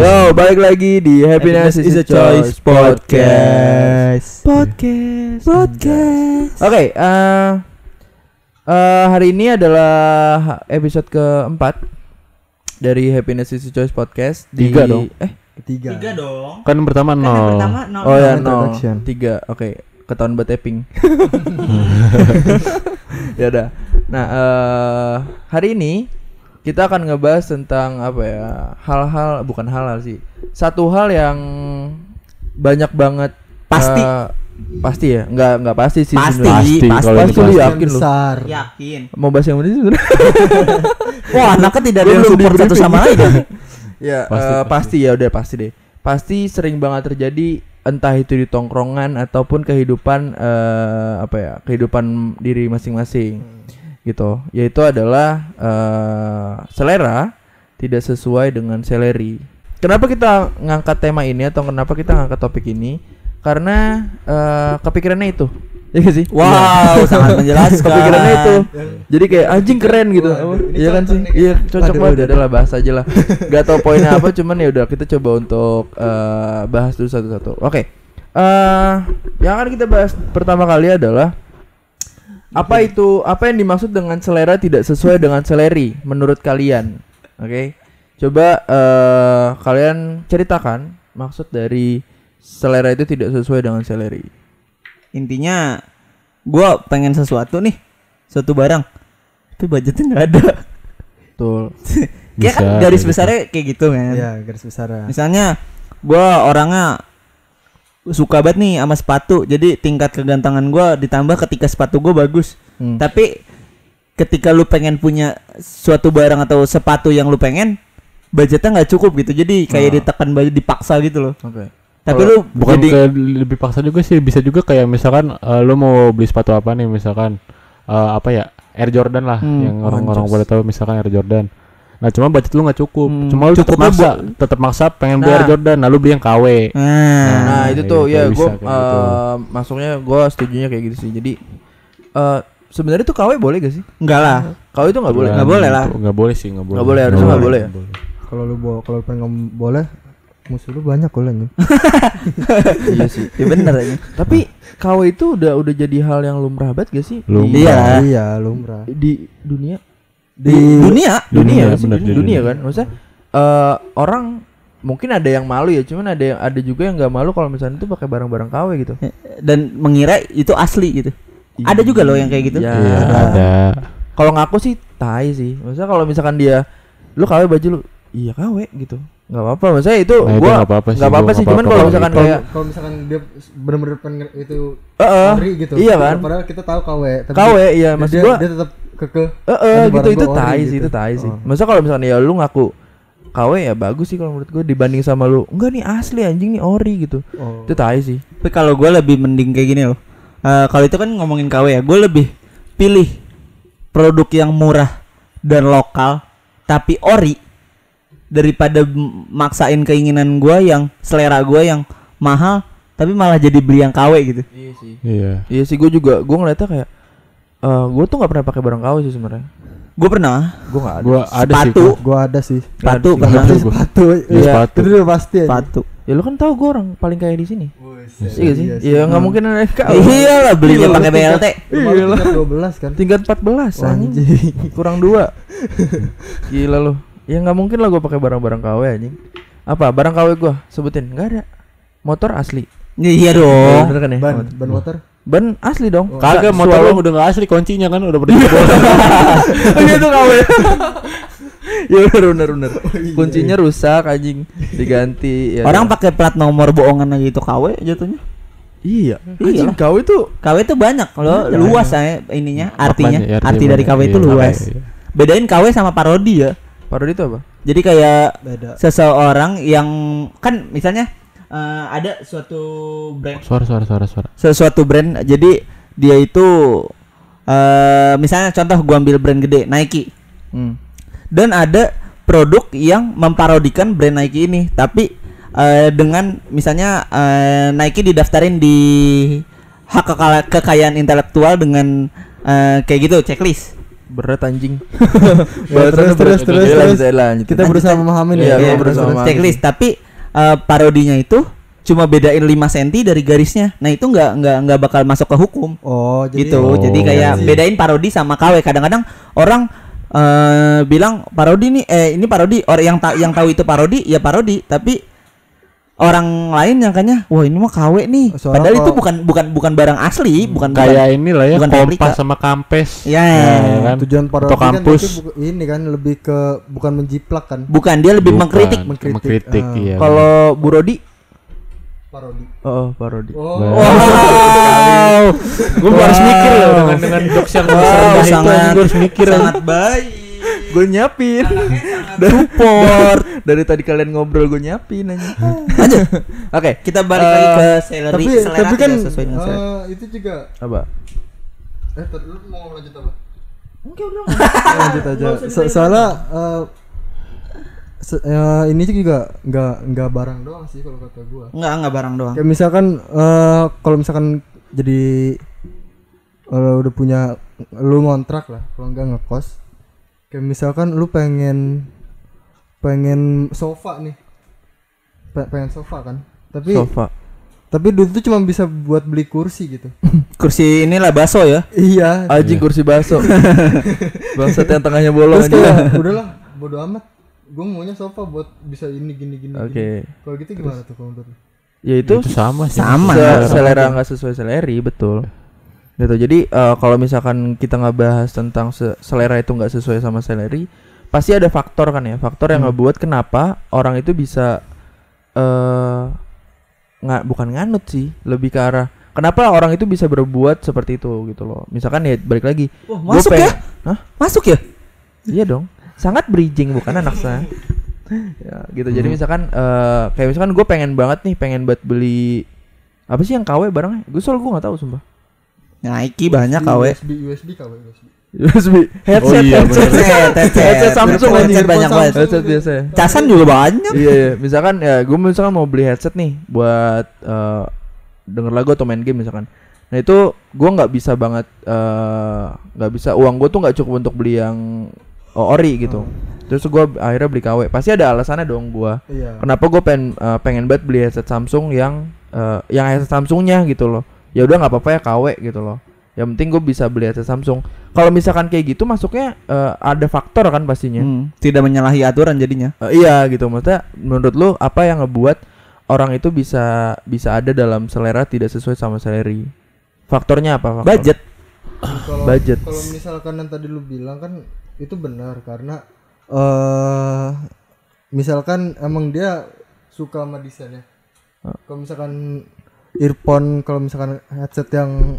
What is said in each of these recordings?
Yo, balik lagi di Happiness is a Choice Podcast. Oke, hari ini adalah episode keempat dari Happiness is a Choice Podcast. Tiga dong. Tiga dong. Kan pertama Kan 0. yang pertama 0. Oh ya, Introduction. 3. Oke, ketahuan beteping. Ya udah. Nah, hari ini kita akan ngebahas tentang apa ya? Bukan hal-hal sih. Satu hal yang banyak banget pasti ya? Enggak pasti sih Pasti. Pasti lu yakin lu. Yakin. Mau bahas yang mana sih sebenarnya? Wah, anaknya tidak ada yang support satu sama lain. Ya, Pasti. pasti ya udah pasti deh. Pasti sering banget terjadi entah itu di tongkrongan ataupun kehidupan kehidupan diri masing-masing. Gitu. Yaitu adalah selera tidak sesuai dengan seleri. Kenapa kita ngangkat tema ini atau kenapa kita ngangkat topik ini? Karena kepikirannya itu. Iya gak sih? Wow, sangat menjelaskan. Kepikirannya itu. Jadi kayak anjing keren gitu. Iya kan sih? Iya, cocok banget. Adalah bahas aja lah. Gak tau poinnya apa, cuman ya udah kita coba untuk bahas dulu satu-satu. Oke. Yang akan kita bahas pertama kali adalah apa yang dimaksud dengan selera tidak sesuai dengan seleri menurut kalian? Oke. Coba kalian ceritakan maksud dari selera itu tidak sesuai dengan seleri. Intinya gua pengen sesuatu nih, suatu barang. Tapi budgetnya enggak ada. Betul. Kayak kan garis besarnya kayak gitu kan. Iya, garis besar. Misalnya gua orangnya suka banget nih sama sepatu, jadi tingkat kegantengan gua ditambah ketika sepatu gua bagus. Tapi ketika lu pengen punya suatu barang atau sepatu yang lu pengen, budgetnya nggak cukup gitu, jadi kayak ditekan budget, dipaksa gitu loh. Oke. Tapi lu Bukan jadi lebih paksa juga sih, bisa juga kayak misalkan lu mau beli sepatu apa nih, misalkan Air Jordan lah, yang orang-orang pada tahu misalkan Air Jordan. Nah, cuma budget lu nggak cukup. Cuma lu tetap maksa pengen beli Air Jordan, lalu beli yang KW. Nah, itu tuh gitu, ya bisa gue kayak gitu. masuknya gue setujunya kayak gitu sih. Jadi sebenarnya tuh KW boleh gak sih? enggak lah. KW itu nggak boleh. Nggak boleh lah. Nggak boleh sih, nggak boleh. Nggak boleh, harusnya nggak boleh ya. Kalau lu pengen boleh, musuh lu banyak kok nih. Iya sih. Ya bener aja. Tapi KW itu udah jadi hal yang lumrah banget gak sih? Lumrah. Iya, lumrah. Di dunia Dunia Bener, dunia kan. Maksudnya orang mungkin ada yang malu ya, cuman ada juga yang nggak malu kalau misalnya itu pakai barang-barang KW gitu. dan mengira itu asli gitu. Ada juga loh yang kayak gitu. Iya. Iya, ada. Kalau ngaku sih tai sih. Maksudnya kalau misalkan dia lu KW baju lu, iya KW gitu. Enggak apa-apa. Maksudnya itu Nah, itu gua nggak apa-apa sih, nggak apa-apa gua sih. nggak Cuman apa-apa kalau kalau misalkan gitu. kayak Kalau misalkan dia benar-benar pengen itu ori gitu. Iya kan? Padahal kita tahu KW. Tapi KW iya maksud dia, gua dia tetap kekeh. gitu itu ori tai sih, gitu. itu tai sih. Maksudnya kalau misalkan ya lu ngaku KW ya bagus sih kalau menurut gua dibanding sama lu. Enggak nih asli anjing nih ori gitu. Oh. Itu tai sih. Tapi kalau gue lebih mending kayak gini loh. Kalau itu kan ngomongin KW ya, gue lebih pilih produk yang murah dan lokal tapi ori daripada maksain keinginan gue yang selera gue yang mahal tapi malah jadi beli yang KW gitu. Iya sih. Iya. Iya sih, gue ngeliatnya kayak gue tuh nggak pernah pakai barang KW sih sebenarnya. Gue pernah Gue nggak ada. Gua ada sih. sepatu, Gua ada sih. sepatu Nggak ada pernah. sih. Sepatu. Iya, sepatu. Itu udah pasti aja. Sepatu. Ya lu kan tahu gue orang paling kaya di sini. Iya gak sih? Iya sih. Ya nggak mungkin ada KW. Iya lah belinya Iya, pakai BLT. Iya lah. 12 kan. Tingkat 14 anjing. Anjing. Kurang 2. Gila lu. Ya nggak mungkin lah gue pakai barang-barang KW anjing. Apa barang KW gue sebutin? Nggak ada. Motor asli. Iya dong. Bener kan ya? Ban motor. Ban asli dong. Kagak, motor lu udah nggak asli, kuncinya kan udah pergi bola. Gitu KW. Ya bener. Kuncinya rusak anjing. Diganti ya. Orang pakai plat nomor bohongan aja itu KW jatuhnya. Iya. Iya Anjing lah. KW itu KW itu banyak loh, luas ya ininya, artinya. Apanya? Arti dari KW itu Iya, luas. iya. Bedain KW sama parodi ya. parodi itu apa? Jadi kayak Beda. seseorang yang kan misalnya ada suatu brand, sesuatu brand, jadi dia itu misalnya contoh gua ambil brand gede Nike, dan ada produk yang memparodikan brand Nike ini, tapi dengan misalnya Nike didaftarin di hak kekayaan intelektual dengan kayak gitu checklist. Berat anjing. Ya, terus. Kita berusaha memahami nih. Iya, berusaha memahami. Checklist, tapi parodinya itu cuma bedain 5 cm dari garisnya. Nah, itu enggak bakal masuk ke hukum. Oh, Gitu. Jadi kayak bedain parodi sama KW. Kadang-kadang orang bilang parodi nih ini parodi. Orang yang tahu itu parodi ya parodi, tapi orang lain nyangkanya wah ini mah KW nih. Padahal itu bukan barang asli, bukan kayak inilah ya, bukan Kompas replika. sama Kampes. Ya, kan? Tujuan parodi Atau kampus. kan ini kan lebih ke bukan menjiplak kan. bukan, dia lebih Bukan, mengkritik. iya. Kalau Bu Rodi Parodi. oh parodi. Wow. Gue harus mikir loh dengan jokes yang rendah itu, gue harus mikir. sangat baik. Gue nyiapin. Support. Dari tadi kalian ngobrol gue nyiapin aja. Lanjut. Oke, Kita balik lagi ke salary. Selera Tapi kan tidak sesuai dengan selera. itu juga apa? tadi lu mau lanjut apa? Oke, udah. Lanjut aja. Soalnya ini juga nggak barang doang sih kalau kata gua. Enggak barang doang. Kayak misalkan kalau misalkan jadi udah punya lu ngontrak lah, kalau enggak ngekos. Kayak misalkan lu pengen sofa nih. Pengen sofa kan. Tapi dulu tuh cuma bisa buat beli kursi gitu. Kursi inilah bakso ya. Iya. Anjing kursi bakso. Bangsat yang tengahnya bolong Terus aja. kayak udahlah bodo amat. Gue maunya sofa buat bisa ini gini. Oke. Kalau gitu gimana tuh kalau menurut lu? Ya itu sama sih. Sama. selera nggak sesuai seleri, betul. Gitu. Jadi kalau misalkan kita nggak bahas tentang selera itu nggak sesuai sama seleri, pasti ada faktor kan ya, faktor yang ngebuat kenapa orang itu bisa bukan nganut sih, lebih ke arah kenapa orang itu bisa berbuat seperti itu gitu loh. Misalkan ya balik lagi. Wah, masuk ya? Hah? Masuk ya? Iya dong. Sangat bridging bukan anak saya. Ya gitu. Jadi misalkan kayak misalkan gue pengen banget beli apa sih yang KW barangnya? Gue nggak tahu sumpah. Nike banyak KW. USB KW. USB headset, Oh iya, headset Samsung Headset banyak banget. headset biasa. Casan juga banyak. Iya, misalkan ya gue mau beli headset nih buat denger lagu atau main game misalkan. Nah itu gue nggak bisa banget, nggak bisa, uang gue tuh nggak cukup untuk beli yang ori gitu. Terus gue akhirnya beli KW. Pasti ada alasannya dong gue. Iya. Kenapa gue pengen banget beli headset Samsung yang headset Samsungnya gitu loh. Ya udah nggak apa-apa ya KW gitu loh. Yang penting gue bisa beli headset Samsung. Kalau misalkan kayak gitu masuknya ada faktor kan pastinya. Tidak menyalahi aturan jadinya. Iya gitu. Maksudnya menurut lu apa yang ngebuat orang itu bisa ada dalam selera tidak sesuai sama seleri? Faktornya apa? Budget. Budget. Kalau misalkan yang tadi lu bilang kan itu benar karena misalkan emang dia suka sama desainnya. Kalau misalkan earphone, kalau misalkan headset yang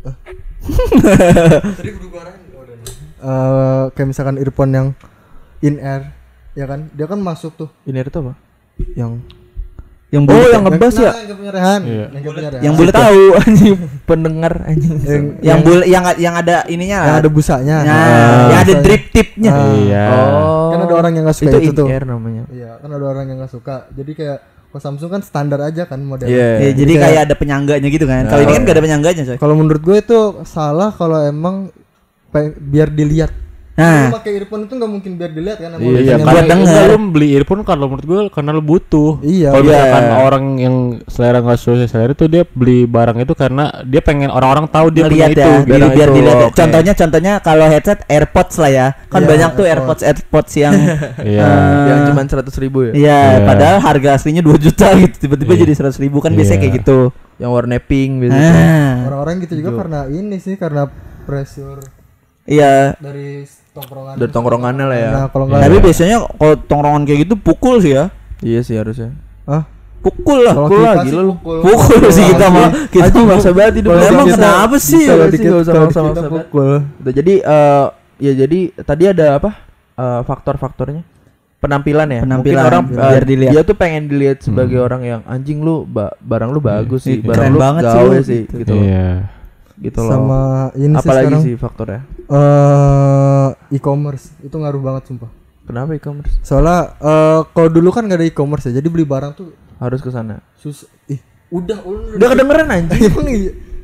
tadi kayak misalkan earphone yang in ear ya kan, dia kan masuk tuh. In ear itu apa? Yang ngebas ya? Yang punya rehan. Iya. yang boleh tahu anjing. Pendengar anjing. Yang ada ininya. Yang ada busanya. Nah, yang ada drip tipnya. Iya. Kan ada orang yang nggak suka itu in tuh. ear namanya. Iya, kan ada orang yang nggak suka. Jadi kayak kalau Samsung kan standar aja kan modelnya. Iya. Ya, jadi kayak ada penyangganya gitu kan. Kalau ini kan gak ada penyangganya, coy. Kalau menurut gue itu salah kalau emang biar dilihat. Nah, Lu pakai earphone itu nggak mungkin biar dilihat kan. Iya, buat karena denger. lu beli earphone kalau menurut gue karena lu butuh. Iya. Kalau Iya. misalkan orang yang selera nggak sesuai selera itu dia beli barang itu karena dia pengen orang-orang tahu dia punya lihat itu. ya, barang biar itu, dilihat. Ya. oke. Contohnya kalau headset AirPods lah ya. Kan Iya, banyak tuh AirPods. AirPods yang Iya. Yang cuma 100.000 ya? Iya, Iya. padahal harga aslinya 2 juta gitu. Tiba-tiba Iya. jadi 100.000 kan biasanya Iya. kayak gitu. Yang warna pink biasanya. Nah, Orang-orang gitu juga Gitu. karena ini sih, karena pressure iya. dari tongkrongan. Dari tongkrongannya lah ya. Nah, kalau nggak Tapi Iya. biasanya kalau tongkrongan kayak gitu pukul sih ya. Iya sih harusnya. Pukul lah. kalau Pukul kita lah, sih gila lu. Pukul sih kita mah. Kita Anjing maksa banget hidup. Kalau emang Kita- kenapa sih? Bisa Kalau sih, dikit nggak usah kalau maksa-maksa kita banget. pukul. Udah, jadi jadi tadi ada apa? Faktor-faktornya. Penampilan ya. Penampilan, Mungkin orang biar dilihat. dia tuh pengen dilihat sebagai orang yang anjing lu barang lu bagus sih, Iya. barang Keren lu banget sih gawe lu, sih gitu loh. Iya. Gitu loh. Sama ini sih Apalagi sekarang sih faktornya? E-commerce itu ngaruh banget sumpah. Kenapa e-commerce? Soalnya kalau dulu kan gak ada e-commerce ya, jadi beli barang tuh Harus ke sana. susah. Udah Udah kedengeran anjing. Emang iya.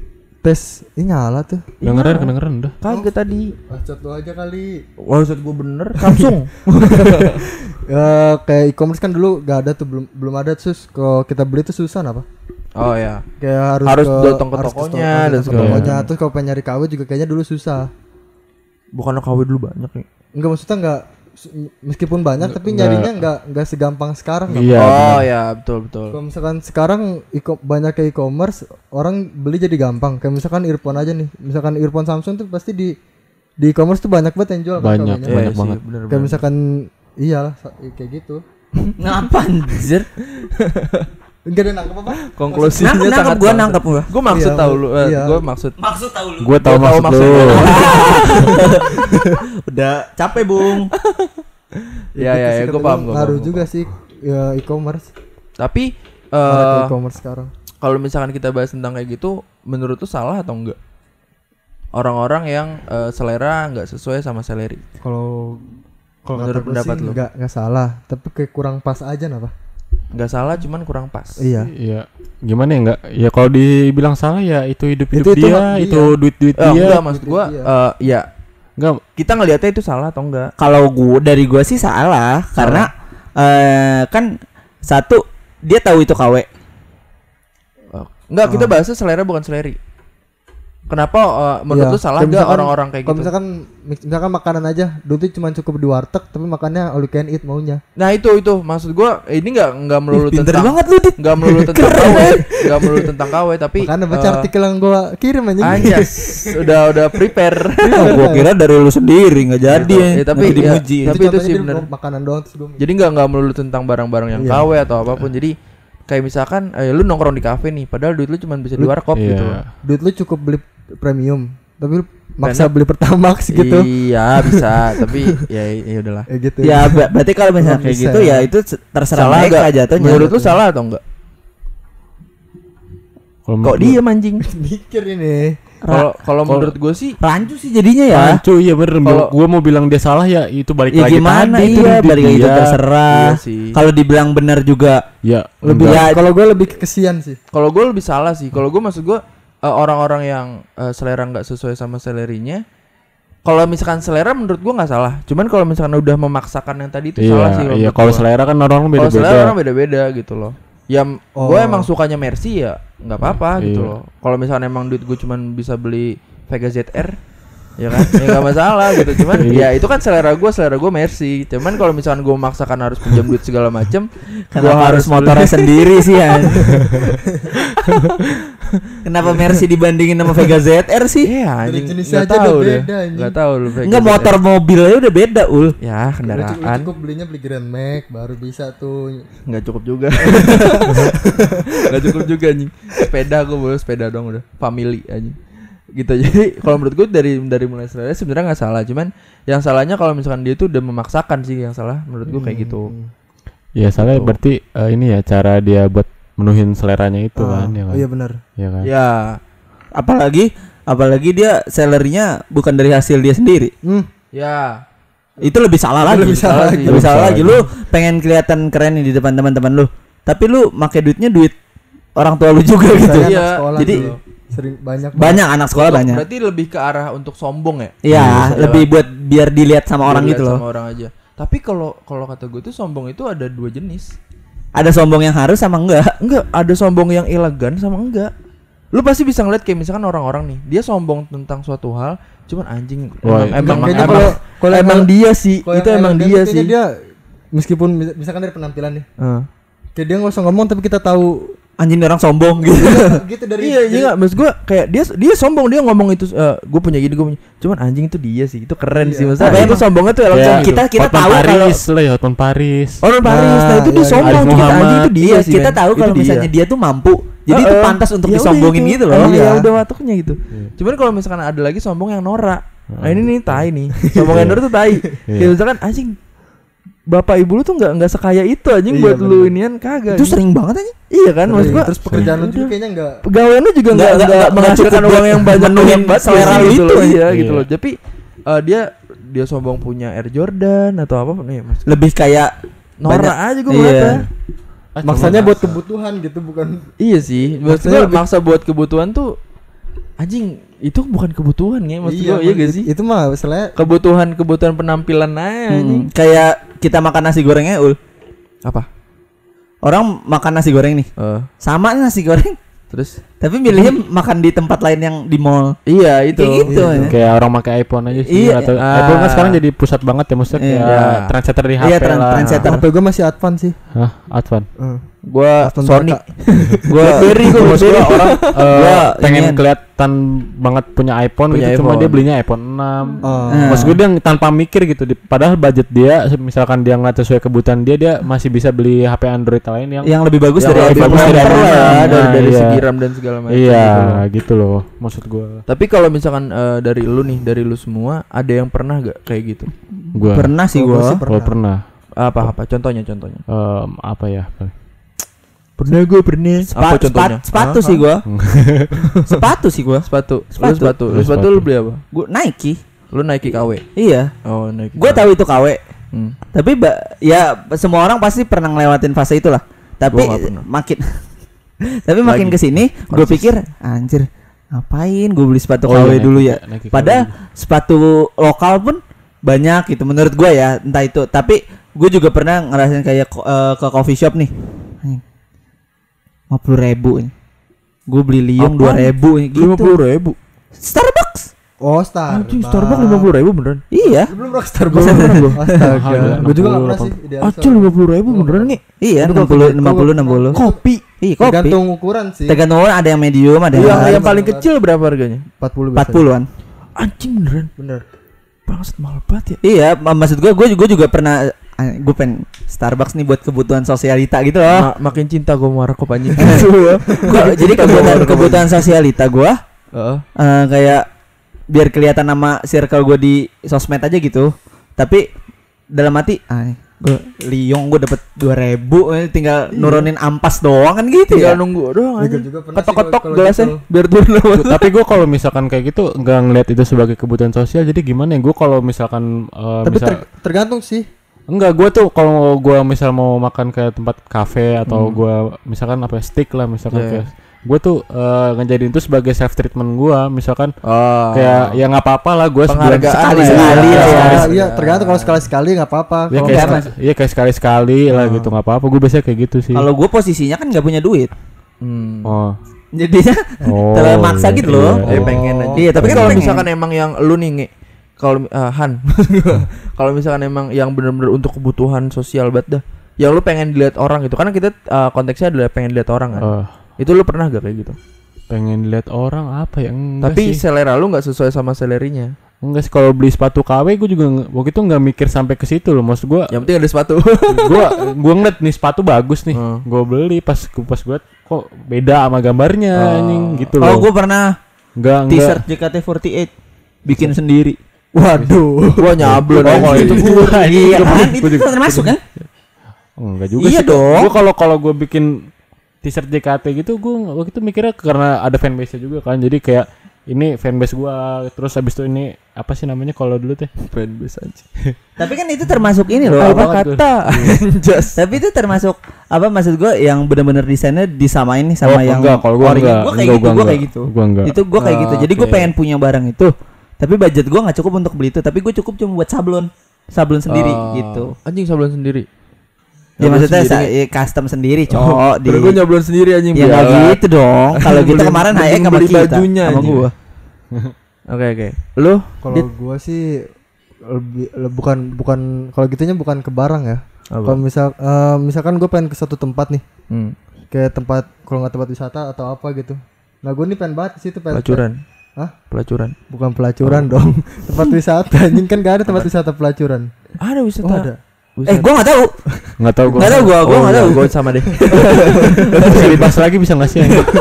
tes ini nyala tuh. Kedengeran dah. Kagak tadi. Bacot lu aja kali. Maksud gue bener Samsung. Ya kayak e-commerce kan dulu gak ada tuh, belum ada terus kalau kita beli tuh susah apa? Oh ya. Kayak harus datang ke tokonya dan tokonya. Terus kalau pengen nyari KW juga kayaknya dulu susah. Bukan KW dulu banyak nih. Enggak, maksudnya enggak, meskipun banyak tapi nyarinya enggak segampang sekarang. Iya. Oh ya, betul. Kalau misalkan sekarang banyak kayak e-commerce, orang beli jadi gampang. Kayak misalkan earphone aja nih. Misalkan earphone Samsung tuh pasti di e-commerce tuh banyak banget yang jual. Banyak banget. Kayak misalkan iyalah kayak gitu. Ngapa anjir? Enggak ada nangkep apa? Konklusinya sangat nangkep gua. Gue maksud Iya, tahu lu. iya. Gue maksud tahu lu. Gue tahu maksud lu. Udah capek, Bung. Ya, gue paham. Ngaruh juga sih ya e-commerce. Tapi e-commerce sekarang. Kalau misalkan kita bahas tentang kayak gitu, menurut tuh salah atau enggak? Orang-orang yang selera enggak sesuai sama seleri. Kalau menurut pendapat lu? Enggak salah, tapi kayak kurang pas aja apa? Enggak salah, cuman kurang pas. Iya. Gimana ya enggak? Ya kalau dibilang salah ya itu hidup dia, itu duit dia. Enggak, maksud gua ya enggak, kita ngelihatnya itu salah atau enggak? Kalau dari gua sih salah. Karena kan satu dia tahu itu KW. Enggak, kita bahasnya selera bukan seleri. Kenapa menurut lu salah enggak orang-orang kayak gitu? Misalkan makanan aja, dulu tuh cuma cukup di warteg tapi makannya all you can eat maunya. Nah, itu maksud gua ini enggak melulu Pinter tentang banget lu, Dit. Enggak melulu tentang KW, enggak melulu tentang KW, tapi Makanya baca artikel yang gua kirim aja. Anjas, udah prepare. Gua kira dari lu sendiri enggak jadi. Tapi dimuji. Tapi itu sih benar. Makanan doang terus Jadi enggak melulu tentang barang-barang yang KW atau apapun. Jadi kayak misalkan lu nongkrong di kafe nih, padahal duit lu cuma bisa di warkop gitu loh. Duit lu cukup beli premium, tapi lu maksa beli Pertamax gitu. Iya, bisa, tapi ya udahlah. Gitu. Ya berarti kalau misalnya kayak gitu ya itu terserah mereka jatuhnya. Menurut lu salah atau enggak? Kok diem anjing? Mikir ini. Kalau menurut gue sih rancu sih jadinya ya. Rancu, iya bener. Gue mau bilang dia salah ya itu balik ya lagi gimana, tadi balik lagi itu terserah. Iya kalau dibilang benar juga ya lebih. Kalau gue lebih kesian sih. Kalau gue lebih salah sih. Kalau gue maksud gue orang-orang yang selera nggak sesuai sama selerinya. Kalau misalkan selera menurut gue nggak salah. Cuman kalau misalkan udah memaksakan yang tadi itu salah sih. Iya, kalau selera kan orang beda-beda. Kalau selera orang beda-beda gitu loh. Ya gue emang sukanya Mercy ya nggak apa-apa gitu loh. Kalau misalkan emang duit gue cuman bisa beli Vega ZR, ya kan? Ya nggak masalah gitu. Cuman ya itu kan selera gue Mercy. Cuman kalau misalkan gue memaksakan harus pinjam duit segala macem, gue harus motornya sendiri sih ya. Kenapa Mercy dibandingin sama Vega ZR sih? Iya, anjing. Nggak tahu deh. Nggak tahu lu. Enggak, motor mobilnya udah beda, Ul. Ya, kendaraan. Cukup belinya beli Grand Max baru bisa tuh. Nggak cukup juga. Nggak cukup juga anjing. Sepeda gue boleh sepeda dong udah. Family anjing. Gitu. Jadi kalau menurut gue dari mulai selera sebenarnya nggak salah. Cuman yang salahnya kalau misalkan dia tuh udah memaksakan sih yang salah menurut gue kayak gitu. Ya salah berarti ini ya cara dia buat menuhin seleranya itu kan ya kan. Iya benar. Iya kan. Ya, apalagi dia sellernya bukan dari hasil dia sendiri. Ya. Itu lebih salah lagi. Lebih salah lagi. Lu pengen kelihatan keren nih di depan teman-teman lu. Tapi lu pakai duitnya duit orang tua lu juga gitu. Iya. Jadi sering banyak anak sekolah banyak. Berarti lebih ke arah untuk sombong ya? Iya, lebih buat biar dilihat sama orang gitu loh. Sama orang aja. Tapi kalau kata gue tuh sombong itu ada dua jenis. Ada sombong yang harus sama enggak? Enggak, ada sombong yang elegan sama enggak. Lu pasti bisa ngeliat kayak misalkan orang-orang nih, dia sombong tentang suatu hal, cuman anjing emang dia sih, itu emang dia sih. Dia meskipun misalkan dari penampilan nih. Kayak dia enggak usah ngomong tapi kita tahu anjing orang sombong gitu. Gitu dari iya enggak, maksud gue kayak dia sombong, dia ngomong itu gue punya gini, gue punya, cuman anjing itu dia sih, itu keren sih maksudnya. Itu sombongnya tuh elegan gitu. Kita tahu Paris lah ya, Hotman Paris. Paris, nah itu dia sombong, kita anjing itu dia sih. Kita tahu kalau misalnya dia tuh mampu, jadi itu pantas untuk disombongin gitu loh. Iya, udah watuknya gitu. Cuman kalau misalkan ada lagi sombong yang norak, nah ini nih tai nih, sombong yang norak tuh tai. Kayak misalkan anjing bapak ibu lu tuh nggak sekaya itu anjing buat lu inian kagak. Itu sering banget aja. Iya kan, maksud gua. Terus pekerjaan lu juga kayaknya enggak. Pegawai lu juga enggak menghasilkan uang yang banyak banget selera lu itu ya gitu loh. Tapi dia sombong punya Air Jordan atau apa nih, Mas. Lebih kayak norak aja gua ngeliatnya. Maksanya buat kebutuhan gitu bukan. Iya sih, maksudnya maksa buat kebutuhan tuh Anjing, itu bukan kebutuhan ya maksud gua, iya gak sih? Itu mah misalnya Kebutuhan penampilan aja anjing. Kayak kita makan nasi gorengnya ul. Apa? Orang makan nasi goreng nih. Sama nasi goreng. Terus Tapi milihnya makan di tempat lain yang di mall. iya itu. Kayak gitu ya. Kayak orang pakai iPhone aja sih. Iya. Atau iPhone kan sekarang jadi pusat banget ya, maksudnya kayak trendsetter di HP Iya, lah. trendsetter. HP gue masih advance sih. Hah, Advan. Gua Aston Sony. Martin. Gua BlackBerry gua Maksud gua orang Gua pengen ingin- kelihatan banget punya iPhone Punya gitu, cuma iPhone. dia belinya iPhone 6. Oh. Maksud gue dia tanpa mikir gitu, padahal budget dia misalkan dia ngeliat sesuai kebutuhan dia masih bisa beli HP Android lain yang Yang lebih bagus Yang dari lebih iPhone bagus dari Pro iPhone ya. lah, dari Iya. segi RAM dan segala macam. iya gitu loh. gitu loh maksud gue. Tapi kalau misalkan dari lu semua ada yang pernah gak kayak gitu? Gue Pernah sih Gua gua. sih pernah. Apa contohnya? Apa ya? Pernah Apa contohnya? Sepatu sih gua. Sepatu sih gua. Sepatu. Sepatu. Lu sepatu lu beli apa? Gua Nike. Lu Nike KW. Iya. Oh, Nike. Gua tahu itu KW. Hmm. Tapi ya semua orang pasti pernah ngelewatin fase itulah. Tapi Gua nggak pernah. makin Lagi. kesini gue Persis. pikir anjir ngapain gue beli sepatu Oh, KW iya, dulu Nike- ya. Nike KW. Padahal sepatu lokal pun banyak gitu menurut gue ya, entah itu. Tapi gue juga pernah ngerasain kayak ke coffee shop nih. 50.000 gue beli Liung 2.000 gitu. 50.000. Starbucks. Oh, Starbucks. Anjing, Starbucks 50.000 beneran. Iya. Belum pernah ke Starbucks. Astaga. Gue juga enggak pernah sih. Ideal Acil 50.000 beneran nih. Iya, Itu 60 kalau- 60. Kopi. Iya, kopi. Tergantung ukuran sih. Tergantung orang, ada yang medium, ada yang Yang large. paling kecil berapa harganya? 40 biasanya. 40-an. Anjing beneran. Bener. Bangsat mahal banget ya. Iya, maksud gue juga pernah gue pengen Starbucks nih buat kebutuhan sosialita gitu loh. Makin cinta gue sama Rekop anjing. Jadi kebutuhan sosialita gue Heeh. kayak biar kelihatan nama circle gue di sosmed aja gitu. Tapi dalam hati gue Liung gue dapet 2.000 tinggal nurunin ampas doang kan gitu Tinggal ya. nunggu doang Gue anjing. juga pernah sih Ketok-ketok kalau gelasnya gitu. biar turun. Tapi gue kalau misalkan kayak gitu nggak ngeliat itu sebagai kebutuhan sosial, jadi gimana ya? Gue kalau misalkan Tapi tergantung sih. enggak, gue tuh kalau gue misal mau makan kayak tempat kafe atau gue misalkan apa ya, steak lah misalkan Yeah. kayak gue tuh ngejadiin itu sebagai self treatment gue, misalkan Oh. kayak ya nggak apa-apa lah gue sebulan Penghargaan sekali-sekali ya. lah ya. Iya, tergantung kalau sekali-sekali enggak apa-apa. ya Kalau kayak enggak, iya kayak sekali-sekali lah gitu, nggak apa-apa. Gue biasanya kayak gitu sih. Kalau gue posisinya kan nggak punya duit. Oh. Jadinya terlalu maksa gitu loh. Pengen aja. Iya, tapi kan kalau pengen. misalkan emang yang lu nih Nge, kalau Han, kalau misalkan emang yang bener-bener untuk kebutuhan sosial banget dah, yang lu pengen dilihat orang gitu, karena kita konteksnya adalah pengen dilihat orang kan. Itu lu pernah gak kayak gitu? Pengen lihat orang apa ya? Enggak Tapi sih. selera lu nggak sesuai sama selerinya. Enggak sih, kalau beli sepatu KW gue juga waktu itu nggak mikir sampai ke situ loh. Maksud gue Yang penting ada sepatu. gua ngeliat nih sepatu bagus nih. Gue beli pas gue liat kok beda sama gambarnya anjing gitu loh. Oh, gue pernah Enggak. t-shirt JKT48 bikin sendiri. waduh. Gua nyablon. Oh, kalau itu gua Iya kan, gua itu juga- termasuk kan? Enggak juga Iya sih. dong. Gue kalau gue bikin t-shirt JKT gitu, gue waktu itu mikirnya karena ada fanbase-nya juga kan. Jadi kayak ini fanbase gue, terus habis itu ini apa sih namanya kalau dulu teh? fanbase aja. Tapi kan itu termasuk ini loh. Tahu Apa banget Kata. Just. Tapi itu termasuk apa maksud gue yang benar-benar desainnya disamain nih sama Oh, yang enggak, kalau gua ori. enggak. Gua kayak Enggak, gitu, gua gua kayak enggak. gitu. Gua enggak. Itu gua kayak gitu. Jadi gue Oke. pengen punya barang itu. Tapi budget gua nggak cukup untuk beli itu. Tapi gue cukup cuma buat sablon sendiri gitu. Anjing sablon sendiri. Ya Nyablon maksudnya sendiri. custom sendiri cowok di. Terus gue nyablon sendiri anjing. Ya nggak bialat. gitu dong. Kalau gitu Beli- kemarin mending Hayek sama beli kita bajunya, sama anjing. gua. Oke. Lu Kalau gua sih bukan kalau gitunya bukan ke barang ya. Kalau misalkan gue pengen ke satu tempat nih, kayak tempat kalau nggak tempat wisata atau apa gitu. Nah gue nih pengen banget ke situ pengen. pelacuran. Hah? Pelacuran. Bukan pelacuran dong. Tempat wisata. Anjing kan gak ada tempat wisata pelacuran. Ada wisata. Oh ada. Gua nggak tahu. Nggak tahu gue. Nggak tahu gua nggak tahu. Gue sama deh. Bisa dibahas lagi bisa nggak sih?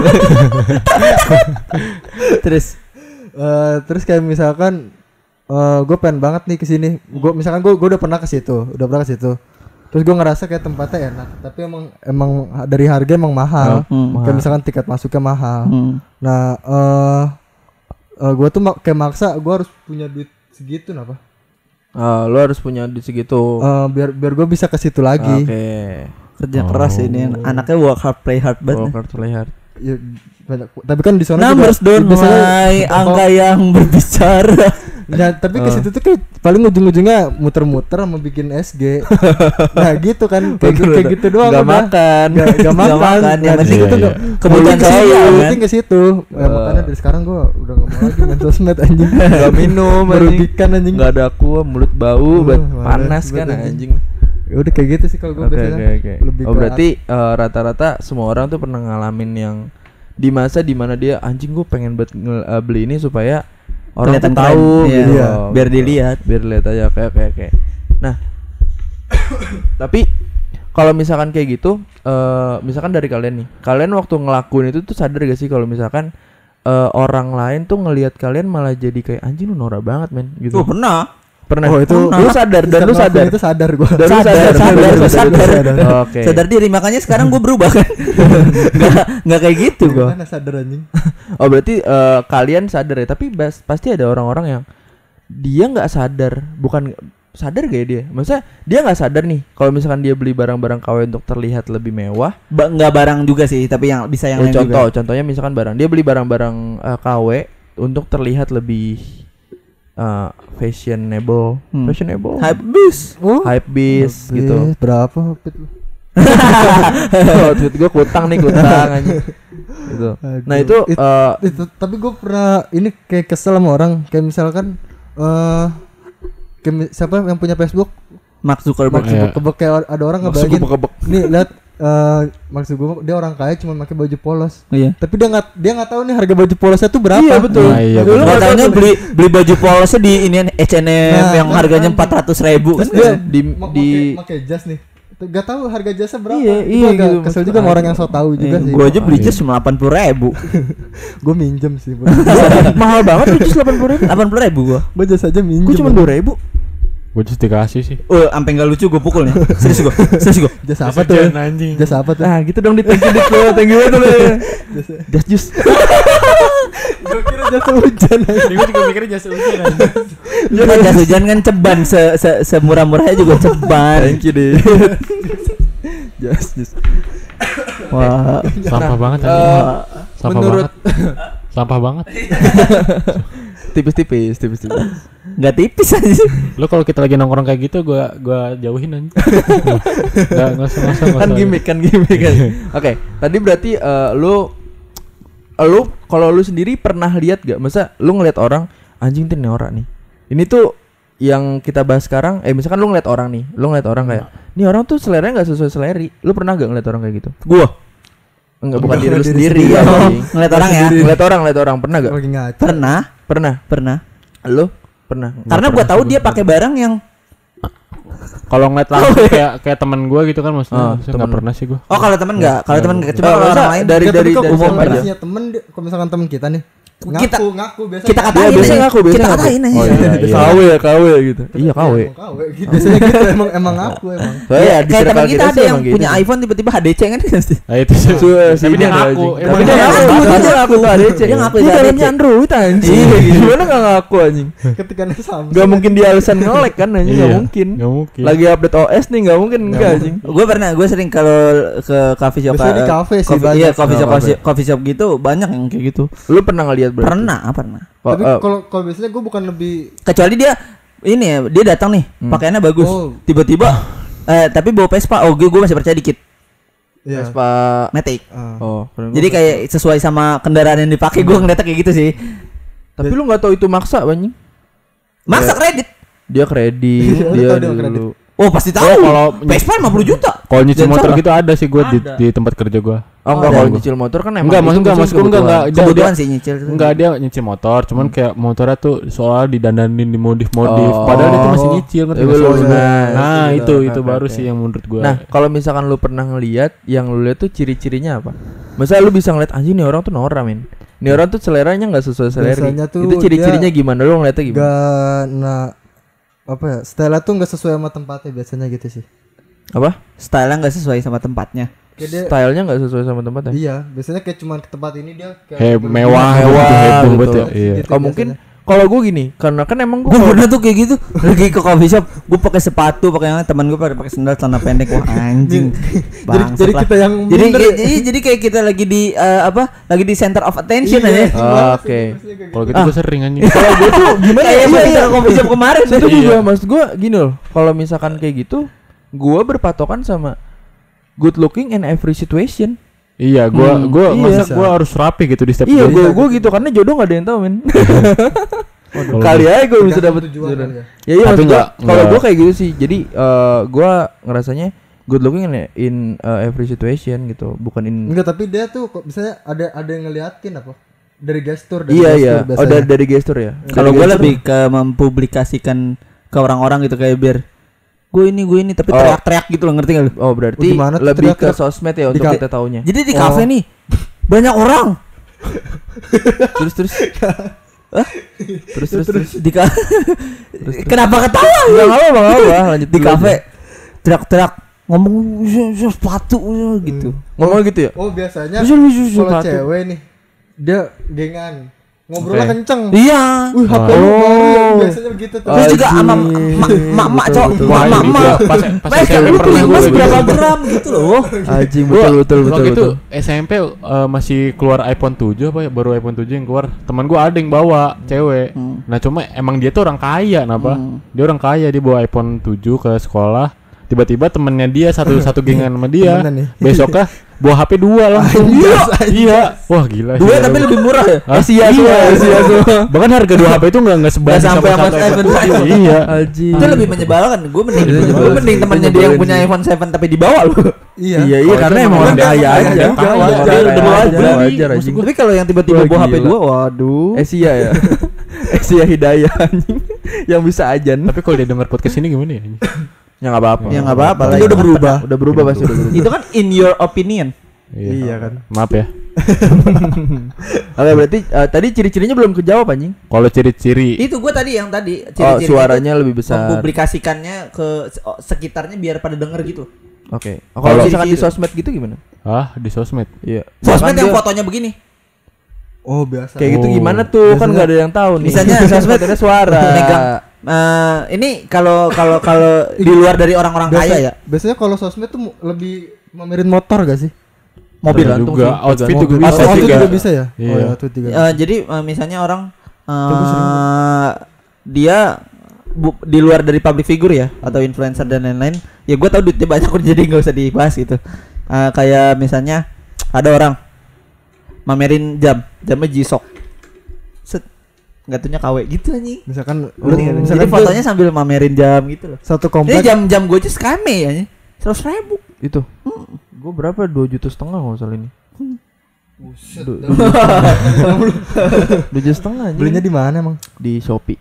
Terus Kayak misalkan gue pengen banget nih ke sini. Misalkan gue udah pernah ke situ, Terus gue ngerasa kayak tempatnya enak, tapi emang dari harga emang mahal. Kayak misalkan tiket masuknya mahal. Nah, gue tuh kayak maksa gue harus punya duit segitu, kenapa? Lu harus punya duit segitu. Biar gue bisa ke situ lagi. Oke. kerja keras ini anaknya work hard play hard banget. Work hard, play hard. Ya, banyak. Tapi kan di sana numbers don't lie, angka yang berbicara. Nah, tapi ke situ tuh kayak paling ujung-ujungnya muter-muter sama bikin SG. Nah, gitu kan. Kayak gitu doang. Gak makan. Gak makan. Yang penting itu kebutuhan saya yang kan. penting ke situ. Makanya dari sekarang gua udah gak mau lagi main sosmed anjing. Gak minum, merugikan anjing. Gak ada aqua, mulut bau, panas kan anjing. Ya udah kayak gitu sih kalau gue biasanya. Lebih berarti rata-rata semua orang tuh pernah ngalamin yang di masa dimana dia anjing gue pengen beli ini supaya orang tuh tahu gitu. Iya. Biar dilihat aja kayak. Nah, tapi kalau misalkan kayak gitu, misalkan dari kalian nih, kalian waktu ngelakuin itu tuh sadar gak sih kalau misalkan orang lain tuh ngelihat kalian malah jadi kayak anjing lu norak banget men gitu. Pernah. Oh itu lu sadar dan lu sadar. Itu sadar gua. Sadar. Oke. Sadar diri, makanya sekarang gua berubah kan. Enggak kayak gitu gua. Mana sadar anjing. Oh berarti kalian sadar ya, tapi pasti ada orang-orang yang dia enggak sadar, bukan sadar gak ya dia? Maksudnya dia enggak sadar nih kalau misalkan dia beli barang-barang KW untuk terlihat lebih mewah. Enggak barang juga sih, tapi yang bisa yang lain juga. Contohnya misalkan barang, dia beli barang-barang KW untuk terlihat lebih fashionable. Hype beast gitu. Berapa outfit lu? Outfit gue kutang aja. Gitu. Nah itu tapi gue pernah ini kayak kesel sama orang, kayak misalkan siapa yang punya Facebook? Mark Zuckerberg. Kayak ada orang ngebayangin. Nih lihat maksud gue dia orang kaya cuma pakai baju polos. Iya. Tapi dia nggak tahu nih harga baju polosnya tuh berapa. Iya betul. Dulu katanya beli baju polosnya di ini H&M yang harganya 400.000 kan dia di pakai jas nih. Gak tahu harga jasnya berapa. Iya gitu. Kesel juga sama orang yang so tahu juga sih. Gue aja beli jas cuma 80.000. Gue minjem sih. Mahal banget jas 80.000. 80.000 gue. Gue jas aja minjem. Gue cuma 2.000. Gue just dikasih sih. Sampai enggak lucu gue pukulnya. Serius gue. Jas apa tuh? Jas apa tuh? Nah, gitu dong thank you banget lu. Jas jus. Gue kira jas hujan. Gue juga mikirnya jas hujan. Jas hujan kan ceban, semurah-murahnya juga ceban. Thank you deh. Jas. Wah, sampah banget menurut sampah banget. Tipis. Enggak tipis aja. Lo kalau kita lagi nongkrong kayak gitu gua jauhin aja. Enggak usah. Kan gimmick kan. Oke, tadi berarti lu kalau lu sendiri pernah lihat gak? Masa lu ngeliat orang anjing tuh norak nih. Ini tuh yang kita bahas sekarang, misalkan lu ngeliat orang kayak, nih orang tuh seleranya enggak sesuai seleri. Lu pernah gak ngeliat orang kayak gitu? Gua enggak, bukan diri lu sendiri ya. Ngeliat orang ya. Ngeliat orang pernah gak? Pernah. Lu pernah? Karena gua tahu dia pakai barang yang kalau ngeliat langsung kayak teman gue gitu kan maksudnya nggak pernah sih gue. Oh kalau teman nggak, coba kalau orang lain dari umum aja. Temen, kalau misalkan temen kita nih ngaku biasanya kita katain biasanya aja. Oh iya, KW gitu. Iya KW. Biasanya gitu emang ngaku. Kayak teman kita ada yang punya iPhone tiba-tiba HDC kan sih. Itu sih. Tapi dia ngaku. Dia ngaku tuh HDC. Dia ngaku dalamnya Android anjing. Gimana enggak ngaku anjing? Ketika Samsung. Enggak mungkin dia alasan nge-lag kan anjing, enggak mungkin. Lagi update OS nih enggak mungkin enggak anjing. Gue sering kalau ke coffee shop. Biasanya di cafe sih banyak. Iya, coffee shop gitu banyak yang kayak gitu. Lu pernah ngeliat berarti? Pernah. Tapi kalau biasanya gue bukan lebih, kecuali dia ini ya, dia datang nih pakaiannya bagus, tiba-tiba tapi bawa Vespa, gue masih percaya dikit. Vespa Matic. Jadi kayak sesuai sama kendaraan yang dipakai, gue ngeliatnya kayak gitu sih. Tapi lu nggak tahu itu maksa banyak. Maksa kredit. Dia kredit, dia dulu. Oh pasti tahu. Kalau Vespa 50 juta. Kalau nyicil motor gitu ada sih gue di tempat kerja gue. Oh enggak, kalau nyicil motor kan emang maksud gue enggak kebutuhan sih nyicil. Enggak, dia nyicil motor, cuman kayak motornya tuh soal didandanin, dimodif. Padahal itu masih nyicil kan. Nah, itu baru sih yang menurut gue. Nah, kalau misalkan lu pernah ngelihat, yang lu lihat tuh ciri-cirinya apa? Masa lu bisa ngeliat anjing nih orang tuh norak men. Ini orang tuh seleranya enggak sesuai selera. Itu ciri-cirinya gimana? Lu ngeliatnya gimana? Style tuh nggak sesuai sama tempatnya biasanya gitu sih. Apa? Style-nya nggak sesuai sama tempatnya. Style-nya nggak sesuai sama tempatnya. Iya, biasanya kayak cuma ke tempat ini dia kayak mewah gitu. Iya. Oh mungkin Kalau gue gini, karena kan emang gue pernah tuh kayak gitu lagi ke coffee shop, gue pakai sepatu, pakai yang teman gue pakai sendal celana pendek, wah anjing. Jadi kita yang jadi kayak kita lagi di lagi di center of attention aja. Oke. Kalau gitu gue sering anjing. Kalau gue tuh gimana ya? Kita ke coffee shop kemarin. Itu juga maksud gue gini loh. Kalau misalkan kayak gitu, gue berpatokan sama good looking in every situation. Iya, gue harus rapi gitu di setiap. Iya, gue gitu karena jodoh gak ada yang tahu men. Kali aja gue bisa dapet jodoh. Ya iya, tapi kalau gue kayak gitu sih. Jadi gue ngerasanya good looking in every situation gitu, bukan in. Enggak, tapi dia tuh kok misalnya ada yang ngeliatin apa? Dari gestur. Iya. Oh dari gestur ya. Kalau gue lebih ke mempublikasikan ke orang-orang gitu kayak biar gue ini tapi teriak-teriak gitu loh, ngerti gak lu? Oh berarti lebih ke sosmed ya untuk kita taunya. Jadi di kafe nih banyak orang. Terus Kenapa ketawa? Enggak apa-apa, lanjut di kafe teriak-teriak ngomong sepatu gitu. Ngomong gitu ya? Oh biasanya kalau cewek nih dia gengan ngobrolnya kenceng. Iya. HP lu baru biasanya begitu tuh. Terus juga sama mak-mak cowok, mak-mak. Pas mas berapa gram gitu loh. Anjing betul. Waktu itu SMP masih keluar iPhone 7 apa ya? Baru iPhone 7 yang keluar. Teman gua ada yang bawa cewek. Nah, cuma emang dia tuh orang kaya, kenapa? Dia orang kaya, dia bawa iPhone 7 ke sekolah. Tiba-tiba temennya dia satu gengan sama dia. Besoknya bawa HP 2 langsung. Iya. Wah gila. 2 tapi lebih murah ya? Asia semua. Bahkan harga 2 HP itu enggak sebanding sampai sama iPhone 7. Iya. Itu lebih menyebalkan. Gue mending temannya dia yang punya iPhone 7 tapi dibawa loh. Iya karena emang orang kaya aja. Wajar. Tapi kalau yang tiba-tiba bawa HP 2, waduh. Asia ya. Asia Hidayah anjing yang bisa ajan. Tapi kalau dia dengar podcast ini gimana ya? Ya enggak apa-apa. Ya enggak apa-apa lah. Itu udah berubah pasti udah berubah. Itu kan in your opinion. Iya kan. Maaf ya. Oke, berarti tadi ciri-cirinya belum kejawab anjing. Kalau ciri-ciri itu gue tadi ciri-ciri suaranya lebih besar. Mempublikasikannya ke sekitarnya biar pada denger gitu. Oke. Kalau misalkan di sosmed gitu gimana? Di sosmed. Iya. Sosmed yang fotonya begini. Oh, biasa. Kayak gitu gimana tuh? Kan enggak ada yang tahu nih. Misalnya sosmed ada suara. Ini kalau di luar dari orang-orang kaya ya. Biasanya kalau sosmed tuh lebih mamerin motor gak sih? Mobil juga, outfit juga bisa ya. Iya. Jadi misalnya orang dia di luar dari public figure ya atau influencer dan lain-lain, ya gue tau duitnya banyak jadi nggak usah dibahas gitu. Kayak misalnya ada orang mamerin jamnya G-Shock, nggak tuhnya KW gitu anjing. Misalkan jadi fotonya sambil mamerin jam gitu loh. Satu komplek. Ini jam gue aja skame ya, 100.000 itu. Gue berapa 2,5 juta kalau salah ini. Buset. 2,5 juta. Belinya di mana emang? Di Shopee.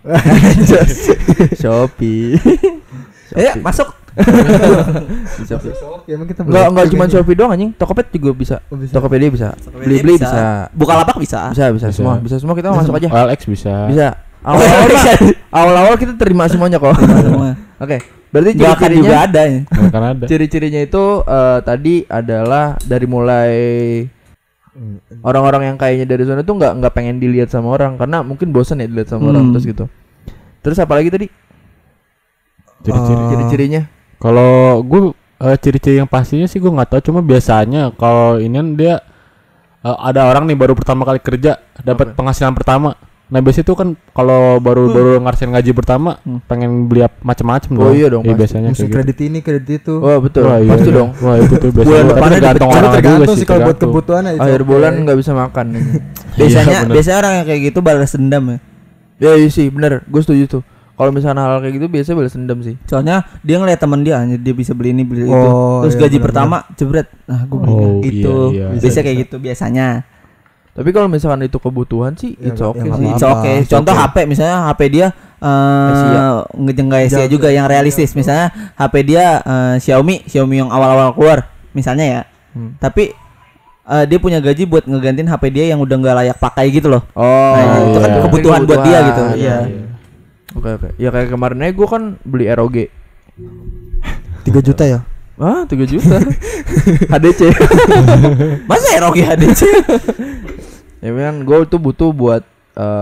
Shopee. Masuk. Di Shopee. Emang kita enggak cuma Shopee doang anjing, Tokopedia juga bisa. Tokopedia bisa. Beli bisa. Bukalapak bisa. Bisa semua kita masuk aja. OLX bisa. Bisa. Awal-awal kita terima semuanya kok. Oke. Berarti ciri-cirinya juga ada ya. Ciri-cirinya itu tadi adalah dari mulai orang-orang yang kayaknya dari sana tuh nggak pengen dilihat sama orang karena mungkin bosan ya dilihat sama orang terus gitu. Terus apa lagi tadi? Ciri-cirinya? Kalau gue ciri-ciri yang pastinya sih gue nggak tahu, cuma biasanya kalau ini dia ada orang nih baru pertama kali kerja dapat penghasilan pertama. Nah biasanya tuh kan kalau baru ngerasain gaji pertama pengen beli macam-macam dong. Oh iya dong. Biasanya kayak kredit ini kredit itu. Oh betul. Wah, pasti dong. Wah itu tuh biasanya. Bulan Tergantung orang juga sih kalau buat kebutuhan aja. Akhir bulan nggak bisa makan. Biasanya orang yang kayak gitu balas dendam ya. Ya iya sih bener. Gue setuju tuh. Kalau misalnya hal kayak gitu biasanya balas dendam sih. Soalnya dia ngeliat teman dia bisa beli ini beli itu. Terus gaji pertama jebret. Nah gue beli gitu. Biasa kayak gitu biasanya. Tapi kalau misalkan itu kebutuhan sih, it's okay sih. It's okay. Contoh HP, misalnya HP dia nggak Asia juga yang realistis. Misalnya HP dia Xiaomi yang awal-awal keluar, misalnya ya. Tapi dia punya gaji buat ngegantiin HP dia yang udah nggak layak pakai gitu loh. Itu kan kebutuhan buat dia gitu. Iya. Oke. Ya kayak kemarin aja gue kan beli ROG 3 juta ya. 3 juta HDC. Masa ROG HDC? Ya kan gue tuh butuh buat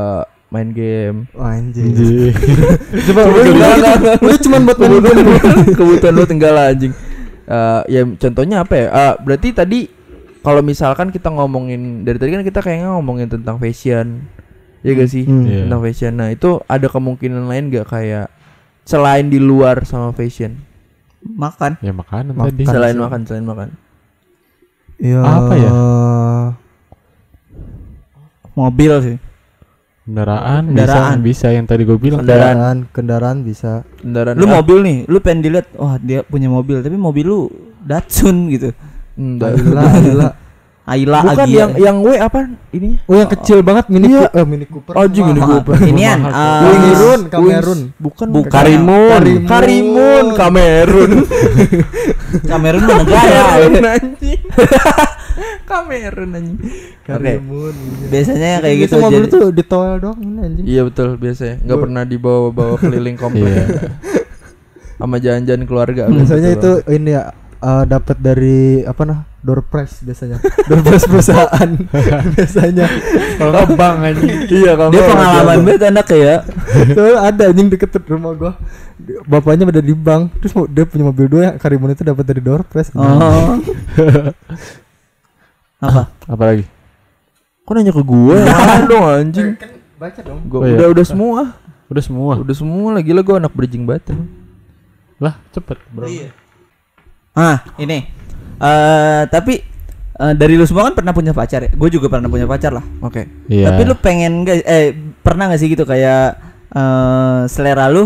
main game. Anjing. Coba udah cuma buat main game. Kebutuhan lu tinggal anjing. Ya contohnya apa ya? Berarti tadi kalau misalkan kita ngomongin dari tadi kan kita kayaknya ngomongin tentang fashion. Ya gak sih? Tentang fashion. Nah, itu ada kemungkinan lain gak kayak selain di luar sama fashion? Makan. Ya makanan tadi. Selain makan. Ya. Apa ya? Mobil sih. Kendaraan bisa yang tadi gue bilang. Kendaraan bisa. Lu mobil nih, lu pengen dilihat, wah dia punya mobil, tapi mobil lu Datsun gitu. Ayla bukan yang W apa ini? Oh yang kecil banget Mini Cooper. Anjing Mini Cooper. Inian Kamerun. Bukan Karimun Kamerun mah negara. Kamerun anjing. Karimun. Biasanya kayak gitu mobil tuh di toel doang ini anjing. Iya betul biasanya. Enggak pernah dibawa keliling komplek. Sama jalan-jalan keluarga. Biasanya itu ini ya dapat dari door prize biasanya. Door prize perusahaan biasanya. Kalau nggak bank anjing. Iya kalau dia pengalaman banget anak ya. Tuh ada anjing deket rumah gua. Bapaknya udah di bank, terus dia punya mobil 2 Karimun itu dapat dari door prize. Oh. Apa lagi? Kok nanya ke gue? Mana dong anjing? Baca dong. Gua udah semua. Udah semua lagi lah gue anak bridging batu. Lah, cepet, bro. Iya. Ini. Tapi dari lu semua kan pernah punya pacar ya? Gue juga pernah punya pacar lah. Oke. Iya. Tapi lu pengen enggak pernah enggak sih gitu kayak selera lu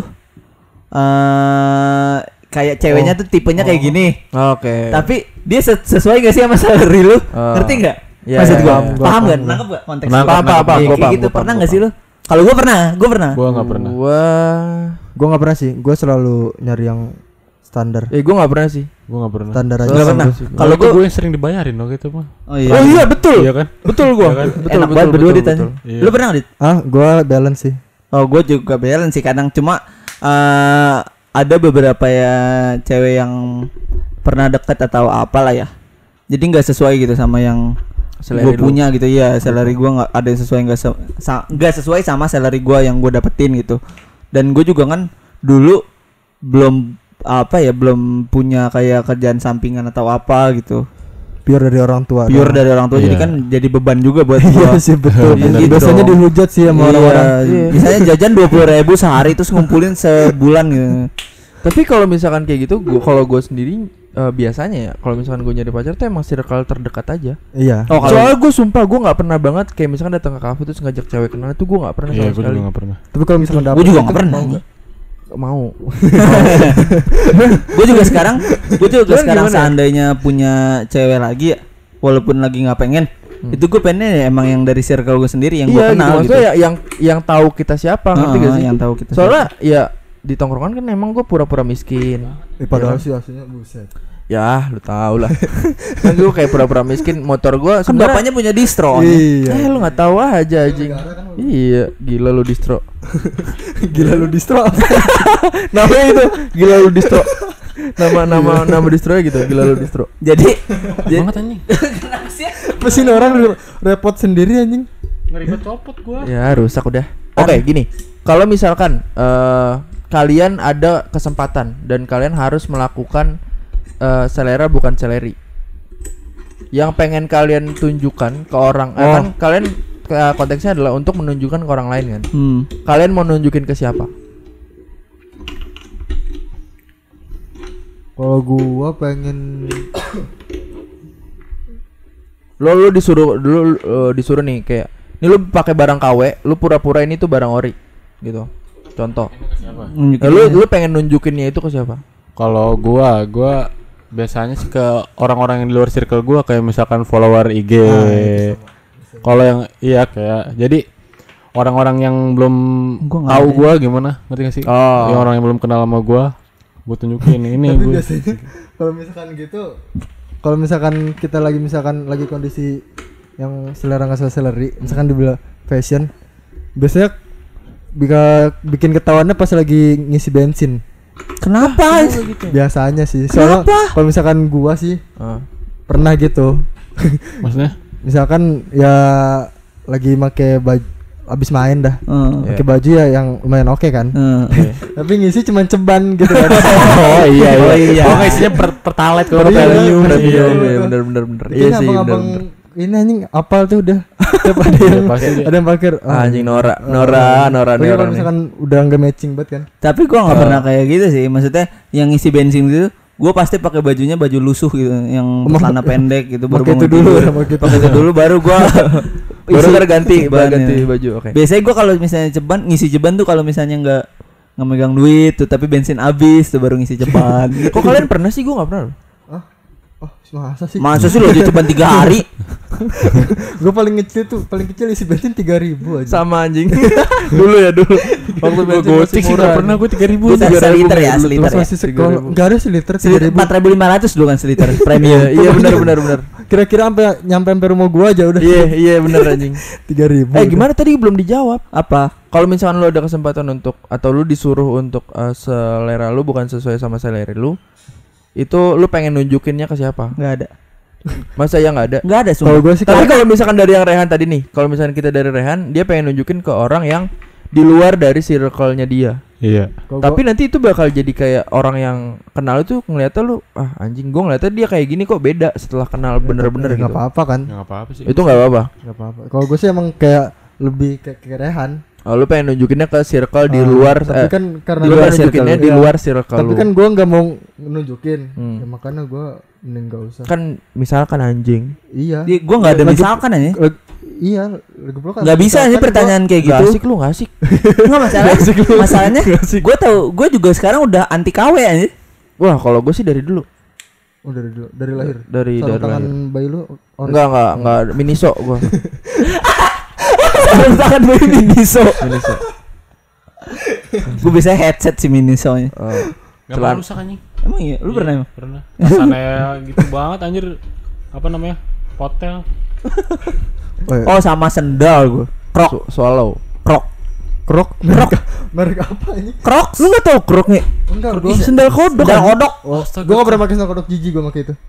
kayak ceweknya tuh tipenya kayak gini. Oke. Tapi dia sesuai enggak sih sama salary lu? Ngerti enggak? Iya, Maksud gua, iya. paham enggak? Nangkep enggak konteks? Paham, Kayak gitu pernah enggak sih lu? Kalau gua pernah. Gua enggak pernah. Gua enggak pernah sih. Gua selalu nyari yang standar. Gue enggak pernah sih. Gua enggak pernah. Standar aja. Enggak pernah. Kalau gue yang sering dibayarin loh gitu mah. Oh iya. Oh iya betul. Iya kan? Betul gua. Iya kan? Enak banget berdua ditanya. Iya. Lu pernah enggak, Dit? Gua balance sih. Oh, gue juga balance sih kadang, cuma ada beberapa ya cewek yang pernah deket atau apalah ya. Jadi nggak sesuai gitu sama yang gue punya gitu ya. Salary gue nggak ada yang sesuai, nggak sesuai sama salary gue yang gue dapetin gitu. Dan gue juga kan dulu belum punya kayak kerjaan sampingan atau apa gitu. Pure dari orang tua. Jadi kan jadi beban juga buat gua. Iya sih betul. Gitu. Biasanya dihujat sih sama orang-orang. Misalnya jajan 20.000 sehari terus ngumpulin sebulan gitu. Tapi kalau misalkan kayak gitu, kalau gue sendiri biasanya ya, kalau misalkan gue nyari pacar tuh emang circle terdekat aja. Iya. Oh, soalnya gue sumpah gue nggak pernah banget kayak misalkan datang ke kafe terus ngajak cewek kenal itu gue nggak pernah sama sekali. Iya, gue juga nggak pernah. Tapi kalau misalkan dapet, gue juga nggak pernah. Mau. Gue juga sekarang seandainya punya cewek lagi ya, walaupun lagi nggak pengen, itu gue pengen emang yang dari circle gue sendiri yang gue kenal gitu. Iya, yang tahu kita siapa, ngerti gak sih? Yang tahu kita. Soalnya ya di tongkrongan kan emang gue pura-pura miskin. Padahal sih aslinya buset. Ya, lu tahu lah. Kan gue kayak pura-pura miskin, motor gue kan bapaknya punya distro. Iya. Lu nggak tahu aja anjing. Iya, gila lu distro. Gila lu distro. Namanya itu, gila lu distro. Nama distronya gitu, gila lu distro. Jadi banget anjing. Mesin orang repot sendiri anjing. Ngeribet copot gua. Ya, rusak udah. Oke, gini. Kalau misalkan kalian ada kesempatan dan kalian harus melakukan selera bukan seleri. Yang pengen kalian tunjukkan ke orang, kan kalian konteksnya adalah untuk menunjukkan ke orang lain kan. Kalian mau nunjukin ke siapa? Kalau gua pengen lu disuruh nih kayak, ini lu pakai barang KW, lu pura-pura ini tuh barang ori gitu. Contoh. Lu pengen nunjukinnya itu ke siapa? Kalau gua biasanya sih ke orang-orang yang di luar circle gua, kayak misalkan follower IG. Kalau yang kayak jadi orang-orang yang belum tahu gua gimana, ngerti gak sih? Yang orang yang belum kenal sama gua tunjukin ini. Tapi biasanya kalau misalkan gitu, kalau misalkan kita lagi kondisi yang selera nggak seleri, misalkan dibilang fashion, biasanya bikin ketahuannya pas lagi ngisi bensin. Kenapa? Biasanya sih. Soalnya kalau misalkan gua sih pernah gitu. Maksudnya? Misalkan ya lagi make baju abis main dah. Pakai baju ya yang lumayan oke kan. Tapi ngisi cuma ceban gitu kan. Oh iya. Oh isinya pertalite kalau premium. Iya bener. Iya sih bener. Ini anjing apal tuh udah. Ada yang pakai anjing Nora kalau misalkan udah enggak matching banget kan. Tapi gua enggak pernah kayak gitu sih. Maksudnya yang ngisi bensin gitu gue pasti pakai bajunya baju lusuh gitu yang celana pendek gitu baru pakai itu dulu baru gue baru ganti baju. Oke. Biasanya gue kalau misalnya ngisi ceban tuh kalau misalnya nggak megang duit tuh tapi bensin habis tuh baru ngisi ceban. Kok kalian pernah sih? Gue nggak pernah. Masa sih lo aja ceban 3 hari. Gue paling kecil isi bensin 3.000 aja. Sama anjing. dulu. Waktu bensin gocek sih enggak pernah gue 3.000. Seliter ya, seliter ya. Masih sekolah. Enggak ada seliter 4.500 dulu kan seliter premium. Iya benar. Kira-kira nyampe rumah gua aja udah. Iya benar anjing. 3.000. Gimana tadi belum dijawab? Apa? Kalau misalkan lu ada kesempatan untuk atau lu disuruh untuk selera lu bukan sesuai sama selera lu, itu lu pengen nunjukinnya ke siapa? Enggak ada. Masa ya enggak ada? Enggak ada Kalau gue sih tapi kalau misalkan dari yang Rehan tadi nih, kalau misalkan kita dari Rehan, dia pengen nunjukin ke orang yang di luar dari circle-nya dia. Iya. Tapi nanti itu bakal jadi kayak orang yang kenal itu ngeliatnya lu anjing gue ngeliatnya dia kayak gini kok beda setelah kenal bener-bener gitu. Enggak apa-apa kan? Enggak apa-apa sih. Itu enggak apa-apa. Enggak apa-apa. Kalau gue sih emang kayak lebih kayak Rehan. Oh, lu pengen nunjukinnya ke circle di luar tapi kan karena di luar circle-nya di luar circle tapi lu. kan gue nggak mau nunjukin ya, makanya gue mending nggak usah kan misalkan anjing iya gue nggak ada misalkan aja iya kan nggak bisa sih pertanyaan kayak gitu. Asik lu nggak asik nggak masalahnya gue tahu gue juga sekarang udah anti KW aja. Wah kalau gue sih dari dulu. Oh dari lahir dari tangan lahir. bayi lu enggak miniso gue. Tangan bayi miniso. Gue bisa headset si minisonya. Gak pernah rusak anjing. Emang iya? Lu pernah emang? Pernah. Rasanya gitu banget anjir. Apa namanya? Hotel. Oh sama sendal gue. Swallow. Krok. Merek apa ini? Crocs. Lu enggak tahu Crocs nih? Enggak, sendal kodok. Sendal kodok. Oh, gue enggak pernah pakai sendal kodok, jijik gue pakai itu.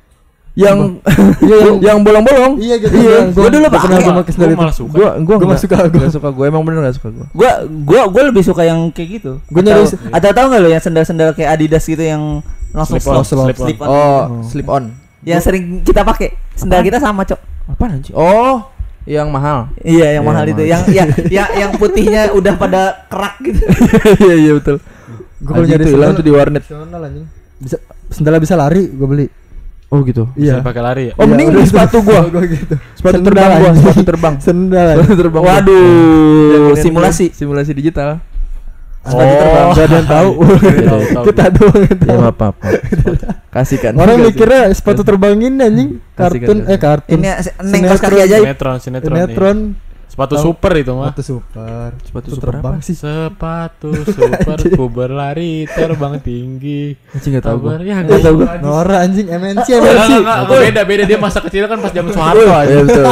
Yang bolong-bolong. Iya gitu. Gue dulu pakai sendal itu. Gue enggak suka. Gue emang bener enggak suka gue. Gue lebih suka yang kayak gitu. Gue nyari atau tahu enggak lo yang sendal-sendal kayak Adidas gitu yang langsung slip on. Oh, slip on. Yang sering kita pakai. Sendal kita sama, Cok. Apaan anjing? Oh, yang mahal. Iya, yang mahal itu. Yang putihnya udah pada kerak gitu. Iya betul. Gue kalau nyari hilang tuh di warnet. Bisa sendalnya bisa lari, gue beli. Oh gitu. Iya. Pakai lari ya. Oh mending beli sepatu gua. Gitu. Sepatu terbang. Sendal. Waduh, simulasi digital. Sepatu terbang. Gak ada yang tahu. Kita doang yang tahu. Ya apa. Kasihkan. Orang mikirnya sepatu terbang ini anjing kartun. Ini Neng Kos Kaki aja. Sinetron. Sepatu super itu mah. Sepatu super terbang sih. Sepatu super ku berlari terbang tinggi. Anjing enggak tahu gua. Ya enggak tahu gua. Nora anjing MNC. Beda dia masa kecil kan pas zaman Soeharto aja. Iya betul.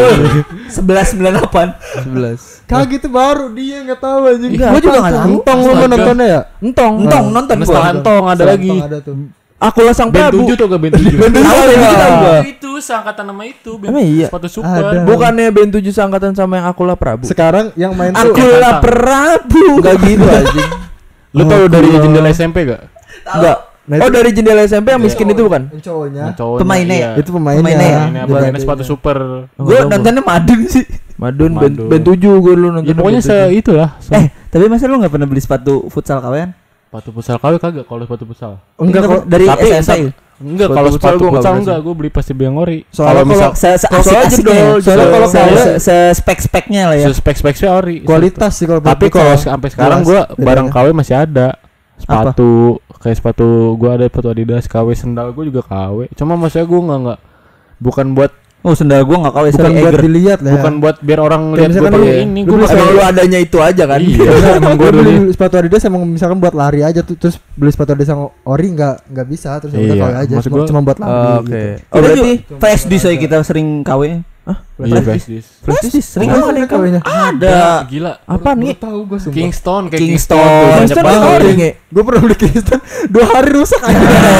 1198. 11. Kagak itu baru dia enggak tahu anjing. Gua juga enggak tahu. Entong lu nontonnya ya? Entong nonton gua. Setelah Entong ada lagi. Ada tuh. Akulah Sang Prabu. Ben 7 tuh ke Ben 7. Itu seangkatan nama itu. Emang iya. Sepatu super. Bukannya Ben 7 seangkatan sama yang Akulah Prabu. Sekarang yang main tuh Akulah Prabu. Enggak gitu anjing. Lu tahu dari jendela SMP gak? Enggak. Oh dari jendela SMP yang miskin itu bukan? Cowoknya. Pemainnya ya? Itu pemainnya. Ini apa? Sepatu super. Gue nontonnya Madun sih. Madun Ben 7 gue lu nonton. Ya pokoknya itulah. Tapi masa lu enggak pernah beli sepatu futsal kawan? Sepatu futsal KW kagak kalau sepatu futsal. Enggak kok dari tapi SMP. Enggak kalau sepatu futsal enggak, gue beli pasti beli yang ori. Soalnya kalau soalnya kalau spek-speknya lah ya. Spek-speknya ori. Kualitas sih kalau. Tapi kalau sampai sekarang gue barang KW masih ada. Sepatu kayak sepatu gue ada sepatu Adidas KW, sendal gue juga KW. Cuma maksudnya gue enggak bukan buat sendal gua enggak KW, bukan buat dilihat lah. Bukan buat biar orang lihat gua pakai ini. Gua emang lu adanya itu aja kan. Iya. Emang gua beli sepatu Adidas emang misalkan buat lari aja tuh, terus beli sepatu Adidas yang ori enggak bisa, terus udah KW aja. Cuma buat lari gitu. Oke. Oh berarti PSD saya kita sering KW. Hah? Flash disk. Sering banget yang KW-nya. Ada. Gila. Apa nih? Tahu gue sumpah. Kingston Kingston banyak. Gue pernah beli Kingston 2 hari rusak aja.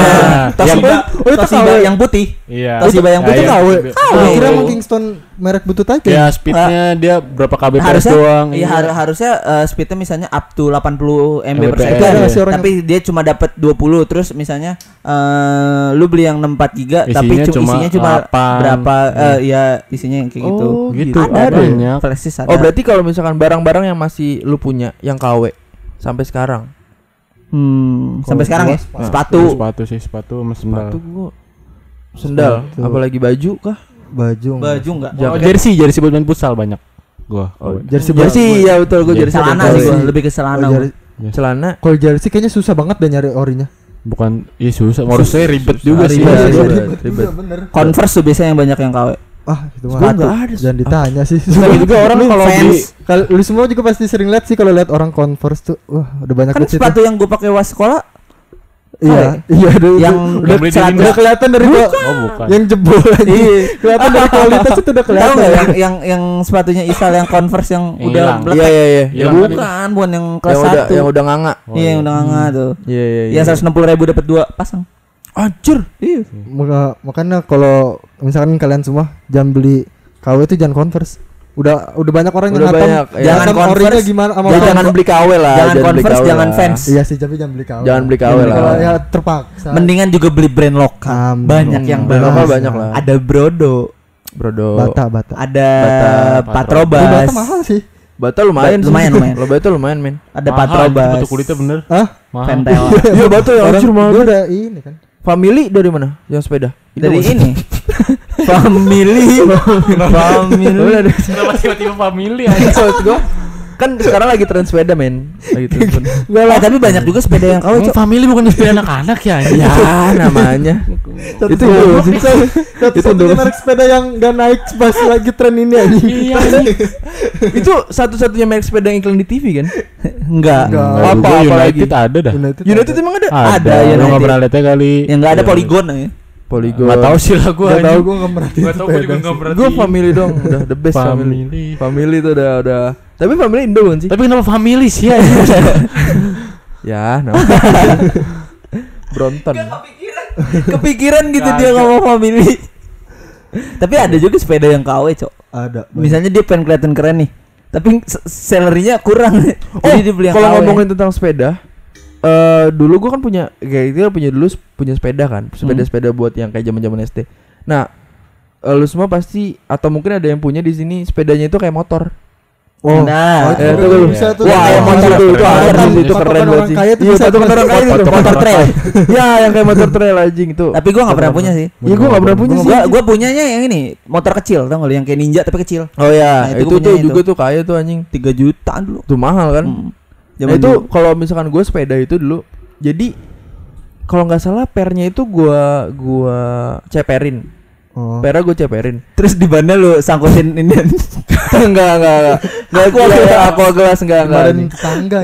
Toshiba yang putih. Iya. Toshiba yang putih KW. Kira emang Kingston merek butut aja. Ya speednya dia berapa kbps doang. Iya harusnya speednya misalnya up to 80 MB per Mbps. second. Tapi dia cuma dapat 20. Terus misalnya lu beli yang 64 GB tapi isinya cuma berapa ya isinya yang kayak gitu. Gitu. Ada banyak. Flashdisk ada. Oh berarti kalau misalkan barang-barang yang masih lu punya yang KW sampai sekarang. Sampai sekarang ya? Sepatu sih, sepatu sama sendal. Sepatu gua sendal, apalagi baju kah? Baju enggak? Oh, jersey buat main futsal banyak. Gua. Jersey ya betul gua jersey. Celana sih gua, lebih ke celana. Celana. Kalau jersey kayaknya susah banget deh nyari orinya. Bukan, susah. Harusnya ribet juga sih. Ribet. Converse tuh biasanya yang banyak yang KW. Itu mah enggak ada. Jangan ditanya sih. Tapi juga orang kalau lu semua juga pasti sering lihat sih kalau lihat orang Converse tuh, wah udah banyak kan sepatu yang gue pakai was sekolah. Iya, yang udah kelihatan dari bukan. Yang jebol aja. Kelihatan dari kualitas itu udah kelihatan. Tahu enggak yang sepatunya Isal yang Converse yang udah Iya. Ya bukan yang kelas 1. Yang udah nganga. Iya, yang udah nganga tuh. Iya. Yang 160.000 dapat 2 pasang. Anjir. Iya. Makanya kalau misalkan kalian semua jangan beli KW itu jangan Converse. Udah banyak orang yang banyak. Jangan Converse gimana sama jangan beli KW lah. Jangan Converse, jangan Vans. Iya sih, tapi jangan beli KW. Jangan beli KW lah. Ya terpaksa. Mendingan juga beli brand lokal. Banyak yang brand lokal bagus. banyak lah. Ada Brodo. Bata. Ada Patrobas. Patrobas. Bata mahal sih. Bata lumayan. Lo Bata lumayan men. Ada Patrobas. Batu kulitnya bener. Mahal. Pentel. Iya Bata ya anjir mahal. Dia udah ini kan. Family dari mana? Yang sepeda? Dari ini. Family. Kenapa tiba-tiba family aja? Maksud gua kan sekarang lagi tren sepeda men. Lagi tren. Enggak lah, tapi banyak juga sepeda yang KW, Cok. Family bukan sepeda anak-anak ya? Ya namanya. Itu Satu-satunya merek sepeda yang gak naik pas lagi tren ini aja. Iya. Itu satu-satunya merek sepeda yang iklan di TV kan? Enggak. Apa lagi? United ada dah. United emang ada? Ada, Lu enggak pernah lihatnya kali. Yang enggak ada Polygon ya. Polygon. Enggak tahu sih lah gua. Gak tau, gue gak merhatiin. Gua tahu juga enggak berarti. Gua family dong, udah the best family. Family itu udah. Tapi family Indo kan sih? Tapi kenapa family sih ya? Ya, Bronton. Kepikiran gitu dia ngomong family. Tapi ada juga sepeda yang KW, Cok. Ada. Misalnya dia pengen kelihatan keren nih, tapi salary-nya kurang. Jadi dia beli yang kalau KW. ngomongin tentang sepeda, dulu gua kan punya sepeda kan, sepeda buat yang kayak zaman SD. Nah, lu semua pasti atau mungkin ada yang punya di sini sepedanya itu kayak motor. Itu bisa tuh. Wah, motor itu keren banget sih. Iya, satu motor kayak itu. Motor trail. Ya, yang kayak motor trail anjing itu. Tapi gua enggak pernah punya sih. Iya, gua enggak pernah punya sih. Gua punyanya yang ini, motor kecil, tau enggak lu yang kayak Ninja tapi kecil. Oh ya, Nah, itu tuh juga tuh kaya tuh anjing. 3 jutaan dulu. Tuh mahal kan. Nah, itu kalau misalkan gue sepeda itu dulu, jadi kalau nggak salah pernya itu gua ceperin. Pera gue ceperin. Terus di bandnya lu sangkutin ini. Enggak. Aqua gelas enggak. Tetangga.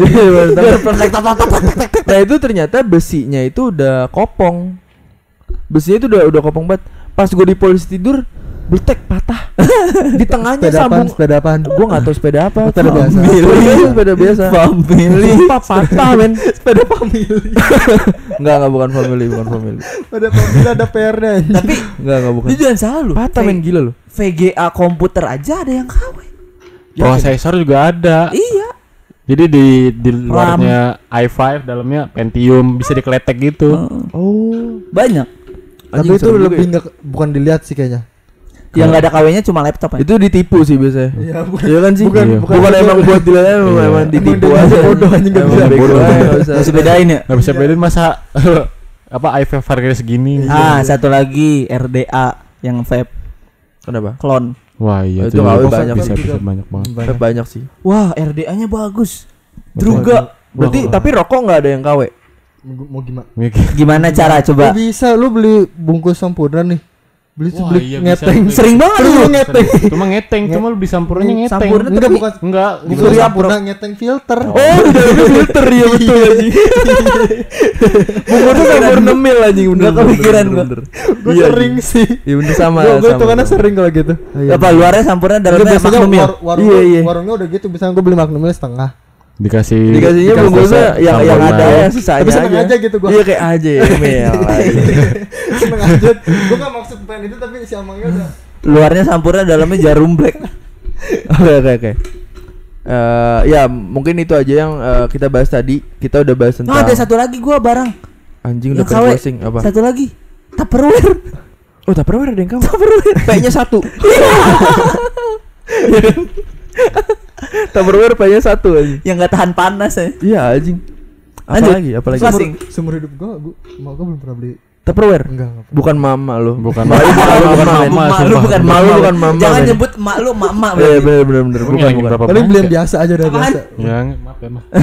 Nah, itu ternyata besinya itu udah kopong. Besinya itu udah kopong banget. Pas gue di polisi tidur, bletek patah. Di tengahnya sambung. Sepeda apaan? Gue enggak tahu sepeda apa. Sepeda biasa. Sepeda biasa. Family. Patah men. Sepeda family. Enggak bukan family. Sepeda family ada PR-nya. Tapi enggak bukan. Lu jangan salah lu. Patah men, gila lu. VGA komputer aja ada yang KW. Prosesor juga ada. Iya. Jadi di luarnya i5, dalamnya Pentium, bisa dikeletek gitu. Oh, banyak. Tapi itu lebih bukan dilihat sih kayaknya. Yang enggak ada KW-nya cuma laptop ya. Itu ditipu sih biasanya. Iya kan sih? Bukan emang buat dilihat, emang ditipu aja. Bodoh anjing enggak bisa. Enggak bisa bedain ya. Enggak bisa bedain masa apa i5 harganya segini. Satu lagi RDA yang vape. Kenapa? Klon. Wah iya itu KW banyak bisa banyak banget. Vape banyak sih. Wah, RDA-nya bagus. Druga. Berarti tapi rokok enggak ada yang KW. Mau gimana? Gimana cara coba? Bisa lu beli bungkus sempurna nih. beli sebeli iya, ngeteng. bisa. Sering banget Terus lu lu ngeteng. Cuma ngeteng, cuma lu disampurnya ngeteng. Sampurnya Enggak tapi bukan Enggak, bukan sampurna ngeteng filter. Oh, dalamnya filter ya betul anjing. Bungkusnya sampur 6 mil anjing bener. Nggak kepikiran gua. Gue sering sih. Iya bener sama. Gue tuh karena sering kalau gitu. apa luarnya sampurnya dalamnya Biasanya magnum ya? warungnya udah gitu. Misalnya gue beli magnumnya setengah. Dikasihnya bungkusnya yang ada ya sisanya. Tapi seneng aja gitu gua. Iya kayak aja ya mil. Seneng aja. Gue gak maksud pengen itu tapi si Amangnya udah. Luarnya sampurnya dalamnya jarum black. Oke. Ya mungkin itu aja yang kita bahas tadi. Kita udah bahas tentang. Ada satu lagi gua barang. Anjing Yang udah KW. closing apa? Satu lagi. Tupperware. Oh Tupperware ada yang kamu. Tupperware. P-nya 1. Tupperware P-nya 1 anjing. Yang enggak tahan panas ya. Iya anjing. Lanjut. Apalagi? Closing. Seumur hidup gue belum pernah beli. Tupperware. Enggak. Bukan mama lo. Bukan Malu bukan Mak lu bukan Malu mak lu. bukan mama. Jangan men. nyebut mak lu mak. Iya bener. Bukan. Paling beli yang biasa aja udah Apaan? biasa. Ya, maaf ya, Mah.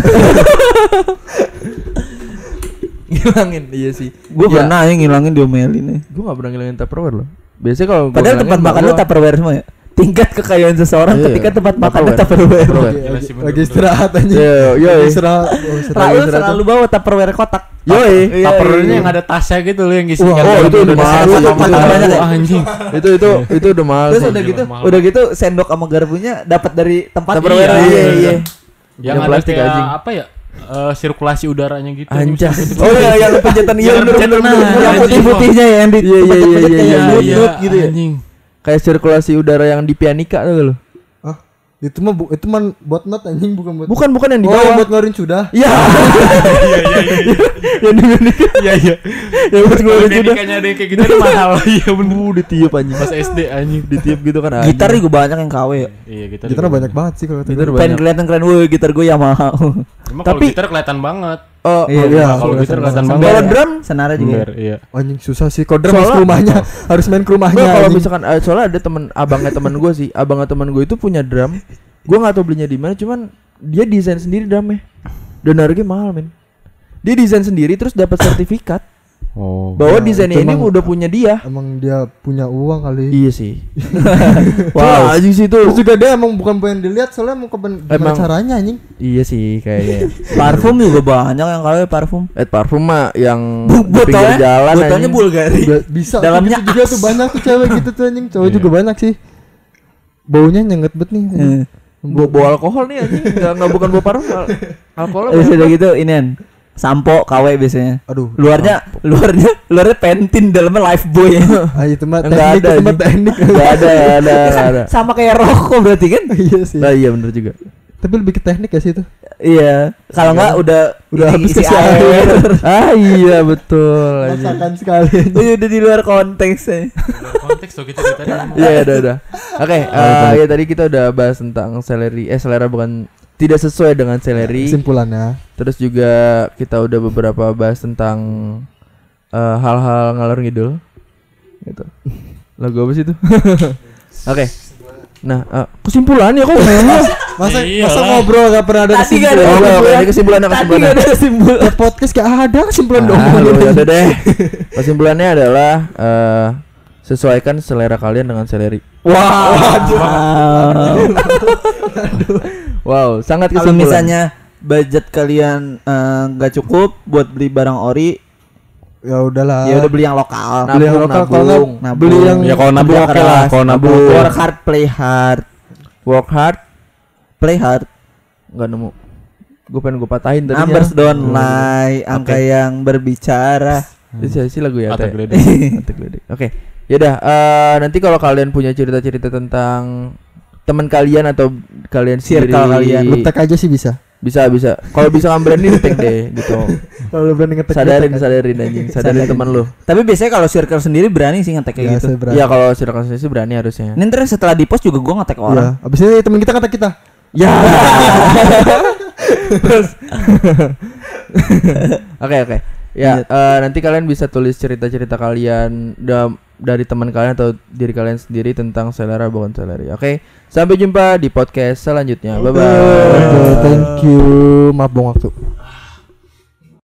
Ngilangin iya sih. Gua pernah aja ngilangin diomelin nih. Gue gak pernah ngilangin Tupperware loh. Biasanya kalau gua Padahal ngilangin, tempat makan lu Tupperware semua ya. Tingkat kekayaan seseorang Iya. ketika tempat makan Tupperware. Tupperware. Gila sih, Lagi bener-bener. istirahat aja. Iya. Lagi istirahat. Lalu selalu bawa Tupperware kotak. Yoi. Tupperware-nya yang ada tasnya gitu loh yang isi. Wah, itu udah mahal. Banyak ya? Anjing. Itu udah mahal. Terus sih. udah gitu sendok sama garpunya dapat dari tempat Tupperware. Iya. Yang ada plastik kayak anjing. apa ya? Sirkulasi udaranya gitu. Anjas. Oh iya yang pencetan iya bener. Yang putih-putihnya ya yang di Iya. gitu ya. Anjing. Kayak sirkulasi udara yang di pianika tuh lo. Ah, itu mah buat not anjing bukan buat. Bukan yang di Oh, yang bawah. buat ngeluarin sudah. Iya. Yang di pianika. Iya. Yang buat ngeluarin sudah. Kayaknya ada yang kayak gitu ada mahal. Iya bener. Ditiup anjing. Pas SD anjing. Ditiup gitu kan. Gitar juga banyak yang KW ya. Iya, gitar. Gitar banyak banget sih kalau Gitar Pengen banyak. kelihatan keren, woi gitar gue Yamaha. Emang Tapi- kalau gitar kelihatan banget. Oh iya. Kalau gitar kelihatan Kalau banget. drum Senara juga. Ember, iya. Anjing susah sih. Kalau drum Soalnya- harus ke rumahnya, harus main ke rumahnya. Gua kalau anjing. misalkan soalnya ada abangnya teman gue sih, abangnya teman gue itu punya drum. Gue nggak tahu belinya di mana, cuman dia desain sendiri drumnya. Dan harganya mahal men. Dia desain sendiri terus dapat sertifikat Oh. bahwa Nah, desainnya itu ini emang- udah punya dia. Emang dia punya uang kali. Iya sih. Wow. Anjing sih itu. Terus juga dia emang bukan pengen dilihat soalnya mau gimana Emang- caranya anjing. Iya sih kayaknya. Parfum juga banyak yang KW parfum. Parfum mah yang Botolnya pinggir jalan botolnya anjing. Bulgari. Bisa Dalamnya gitu juga tuh banyak tuh cewek gitu tuh anjing. Cowok Iya. juga banyak sih. Baunya nyenget bet nih. anjing. Bawa alkohol nih anjing, enggak bukan bawa parfum. Alkohol. Terus udah gitu inian. Sampo KW biasanya. Aduh. Luarnya Pentin, dalamnya Lifebuoy. Ah itu mah Enggak teknik, ada, itu mah anjing. teknik. Enggak ada. Sama kayak rokok berarti kan? Iya sih. Nah, iya bener juga. Tapi lebih ke teknik ya sih itu. Iya. Kalau enggak udah habis isi kasih air. Ah iya betul anjing. Masakan sekali. Udah di luar konteksnya. Konteks tuh kita tadi. Iya udah. Oke, ya tadi kita udah bahas tentang selera bukan tidak sesuai dengan seleri. Kesimpulannya. Terus juga kita udah beberapa bahas tentang hal-hal ngalor ngidul. Gitu. Lagu apa sih itu? Oke. Nah, kesimpulannya kok Masa Iyalah. masa ngobrol gak pernah ada Tadi nggak ada kesimpulan. Oke, ini kesimpulannya. Tadi nggak ada kesimpulan. Ya, podcast gak ada kesimpulan dong. Ya udah deh. Kesimpulannya adalah sesuaikan selera kalian dengan seleri. Wow, sangat Kalau kesimpulan. misalnya budget kalian nggak cukup buat beli barang ori, Ya udahlah. ya udah beli yang lokal. Nah, Beli yang lokal kalau nggak Nabung. beli yang Ya kalau nabung Kerja oke lah, keras. kalau nabung. Work hard, play hard, Work hard, play hard. nggak nemu. Gue pengen gue patahin tadinya. Numbers don't lie, angka yang berbicara. Itu sih lagu ya. Attack Teh. Gledek. Attack Gledek. Oke. Yaudah, nanti kalau kalian punya cerita-cerita tentang teman kalian atau kalian Circle sendiri, kalian. lu tag aja sih bisa. bisa. Kalau bisa ngambilin tag deh gitu. Kalau lu berani nge-tag Sadarin lu tag aja. anjing, sadarin teman lu. Tapi biasanya kalau circle sendiri berani sih ngetek kayak Ya, gitu. saya berani. Iya, kalau circle sih berani harusnya. Ini ntar setelah di post juga gua ngetek Ya, orang. abis ini temen kita kata kita. Ya. Oke. Ya, nanti kalian bisa tulis cerita-cerita kalian dari teman kalian atau diri kalian sendiri tentang selera bukan seleri. Oke. Sampai jumpa di podcast selanjutnya. Bye bye. Oke, thank you. Maaf bong waktu.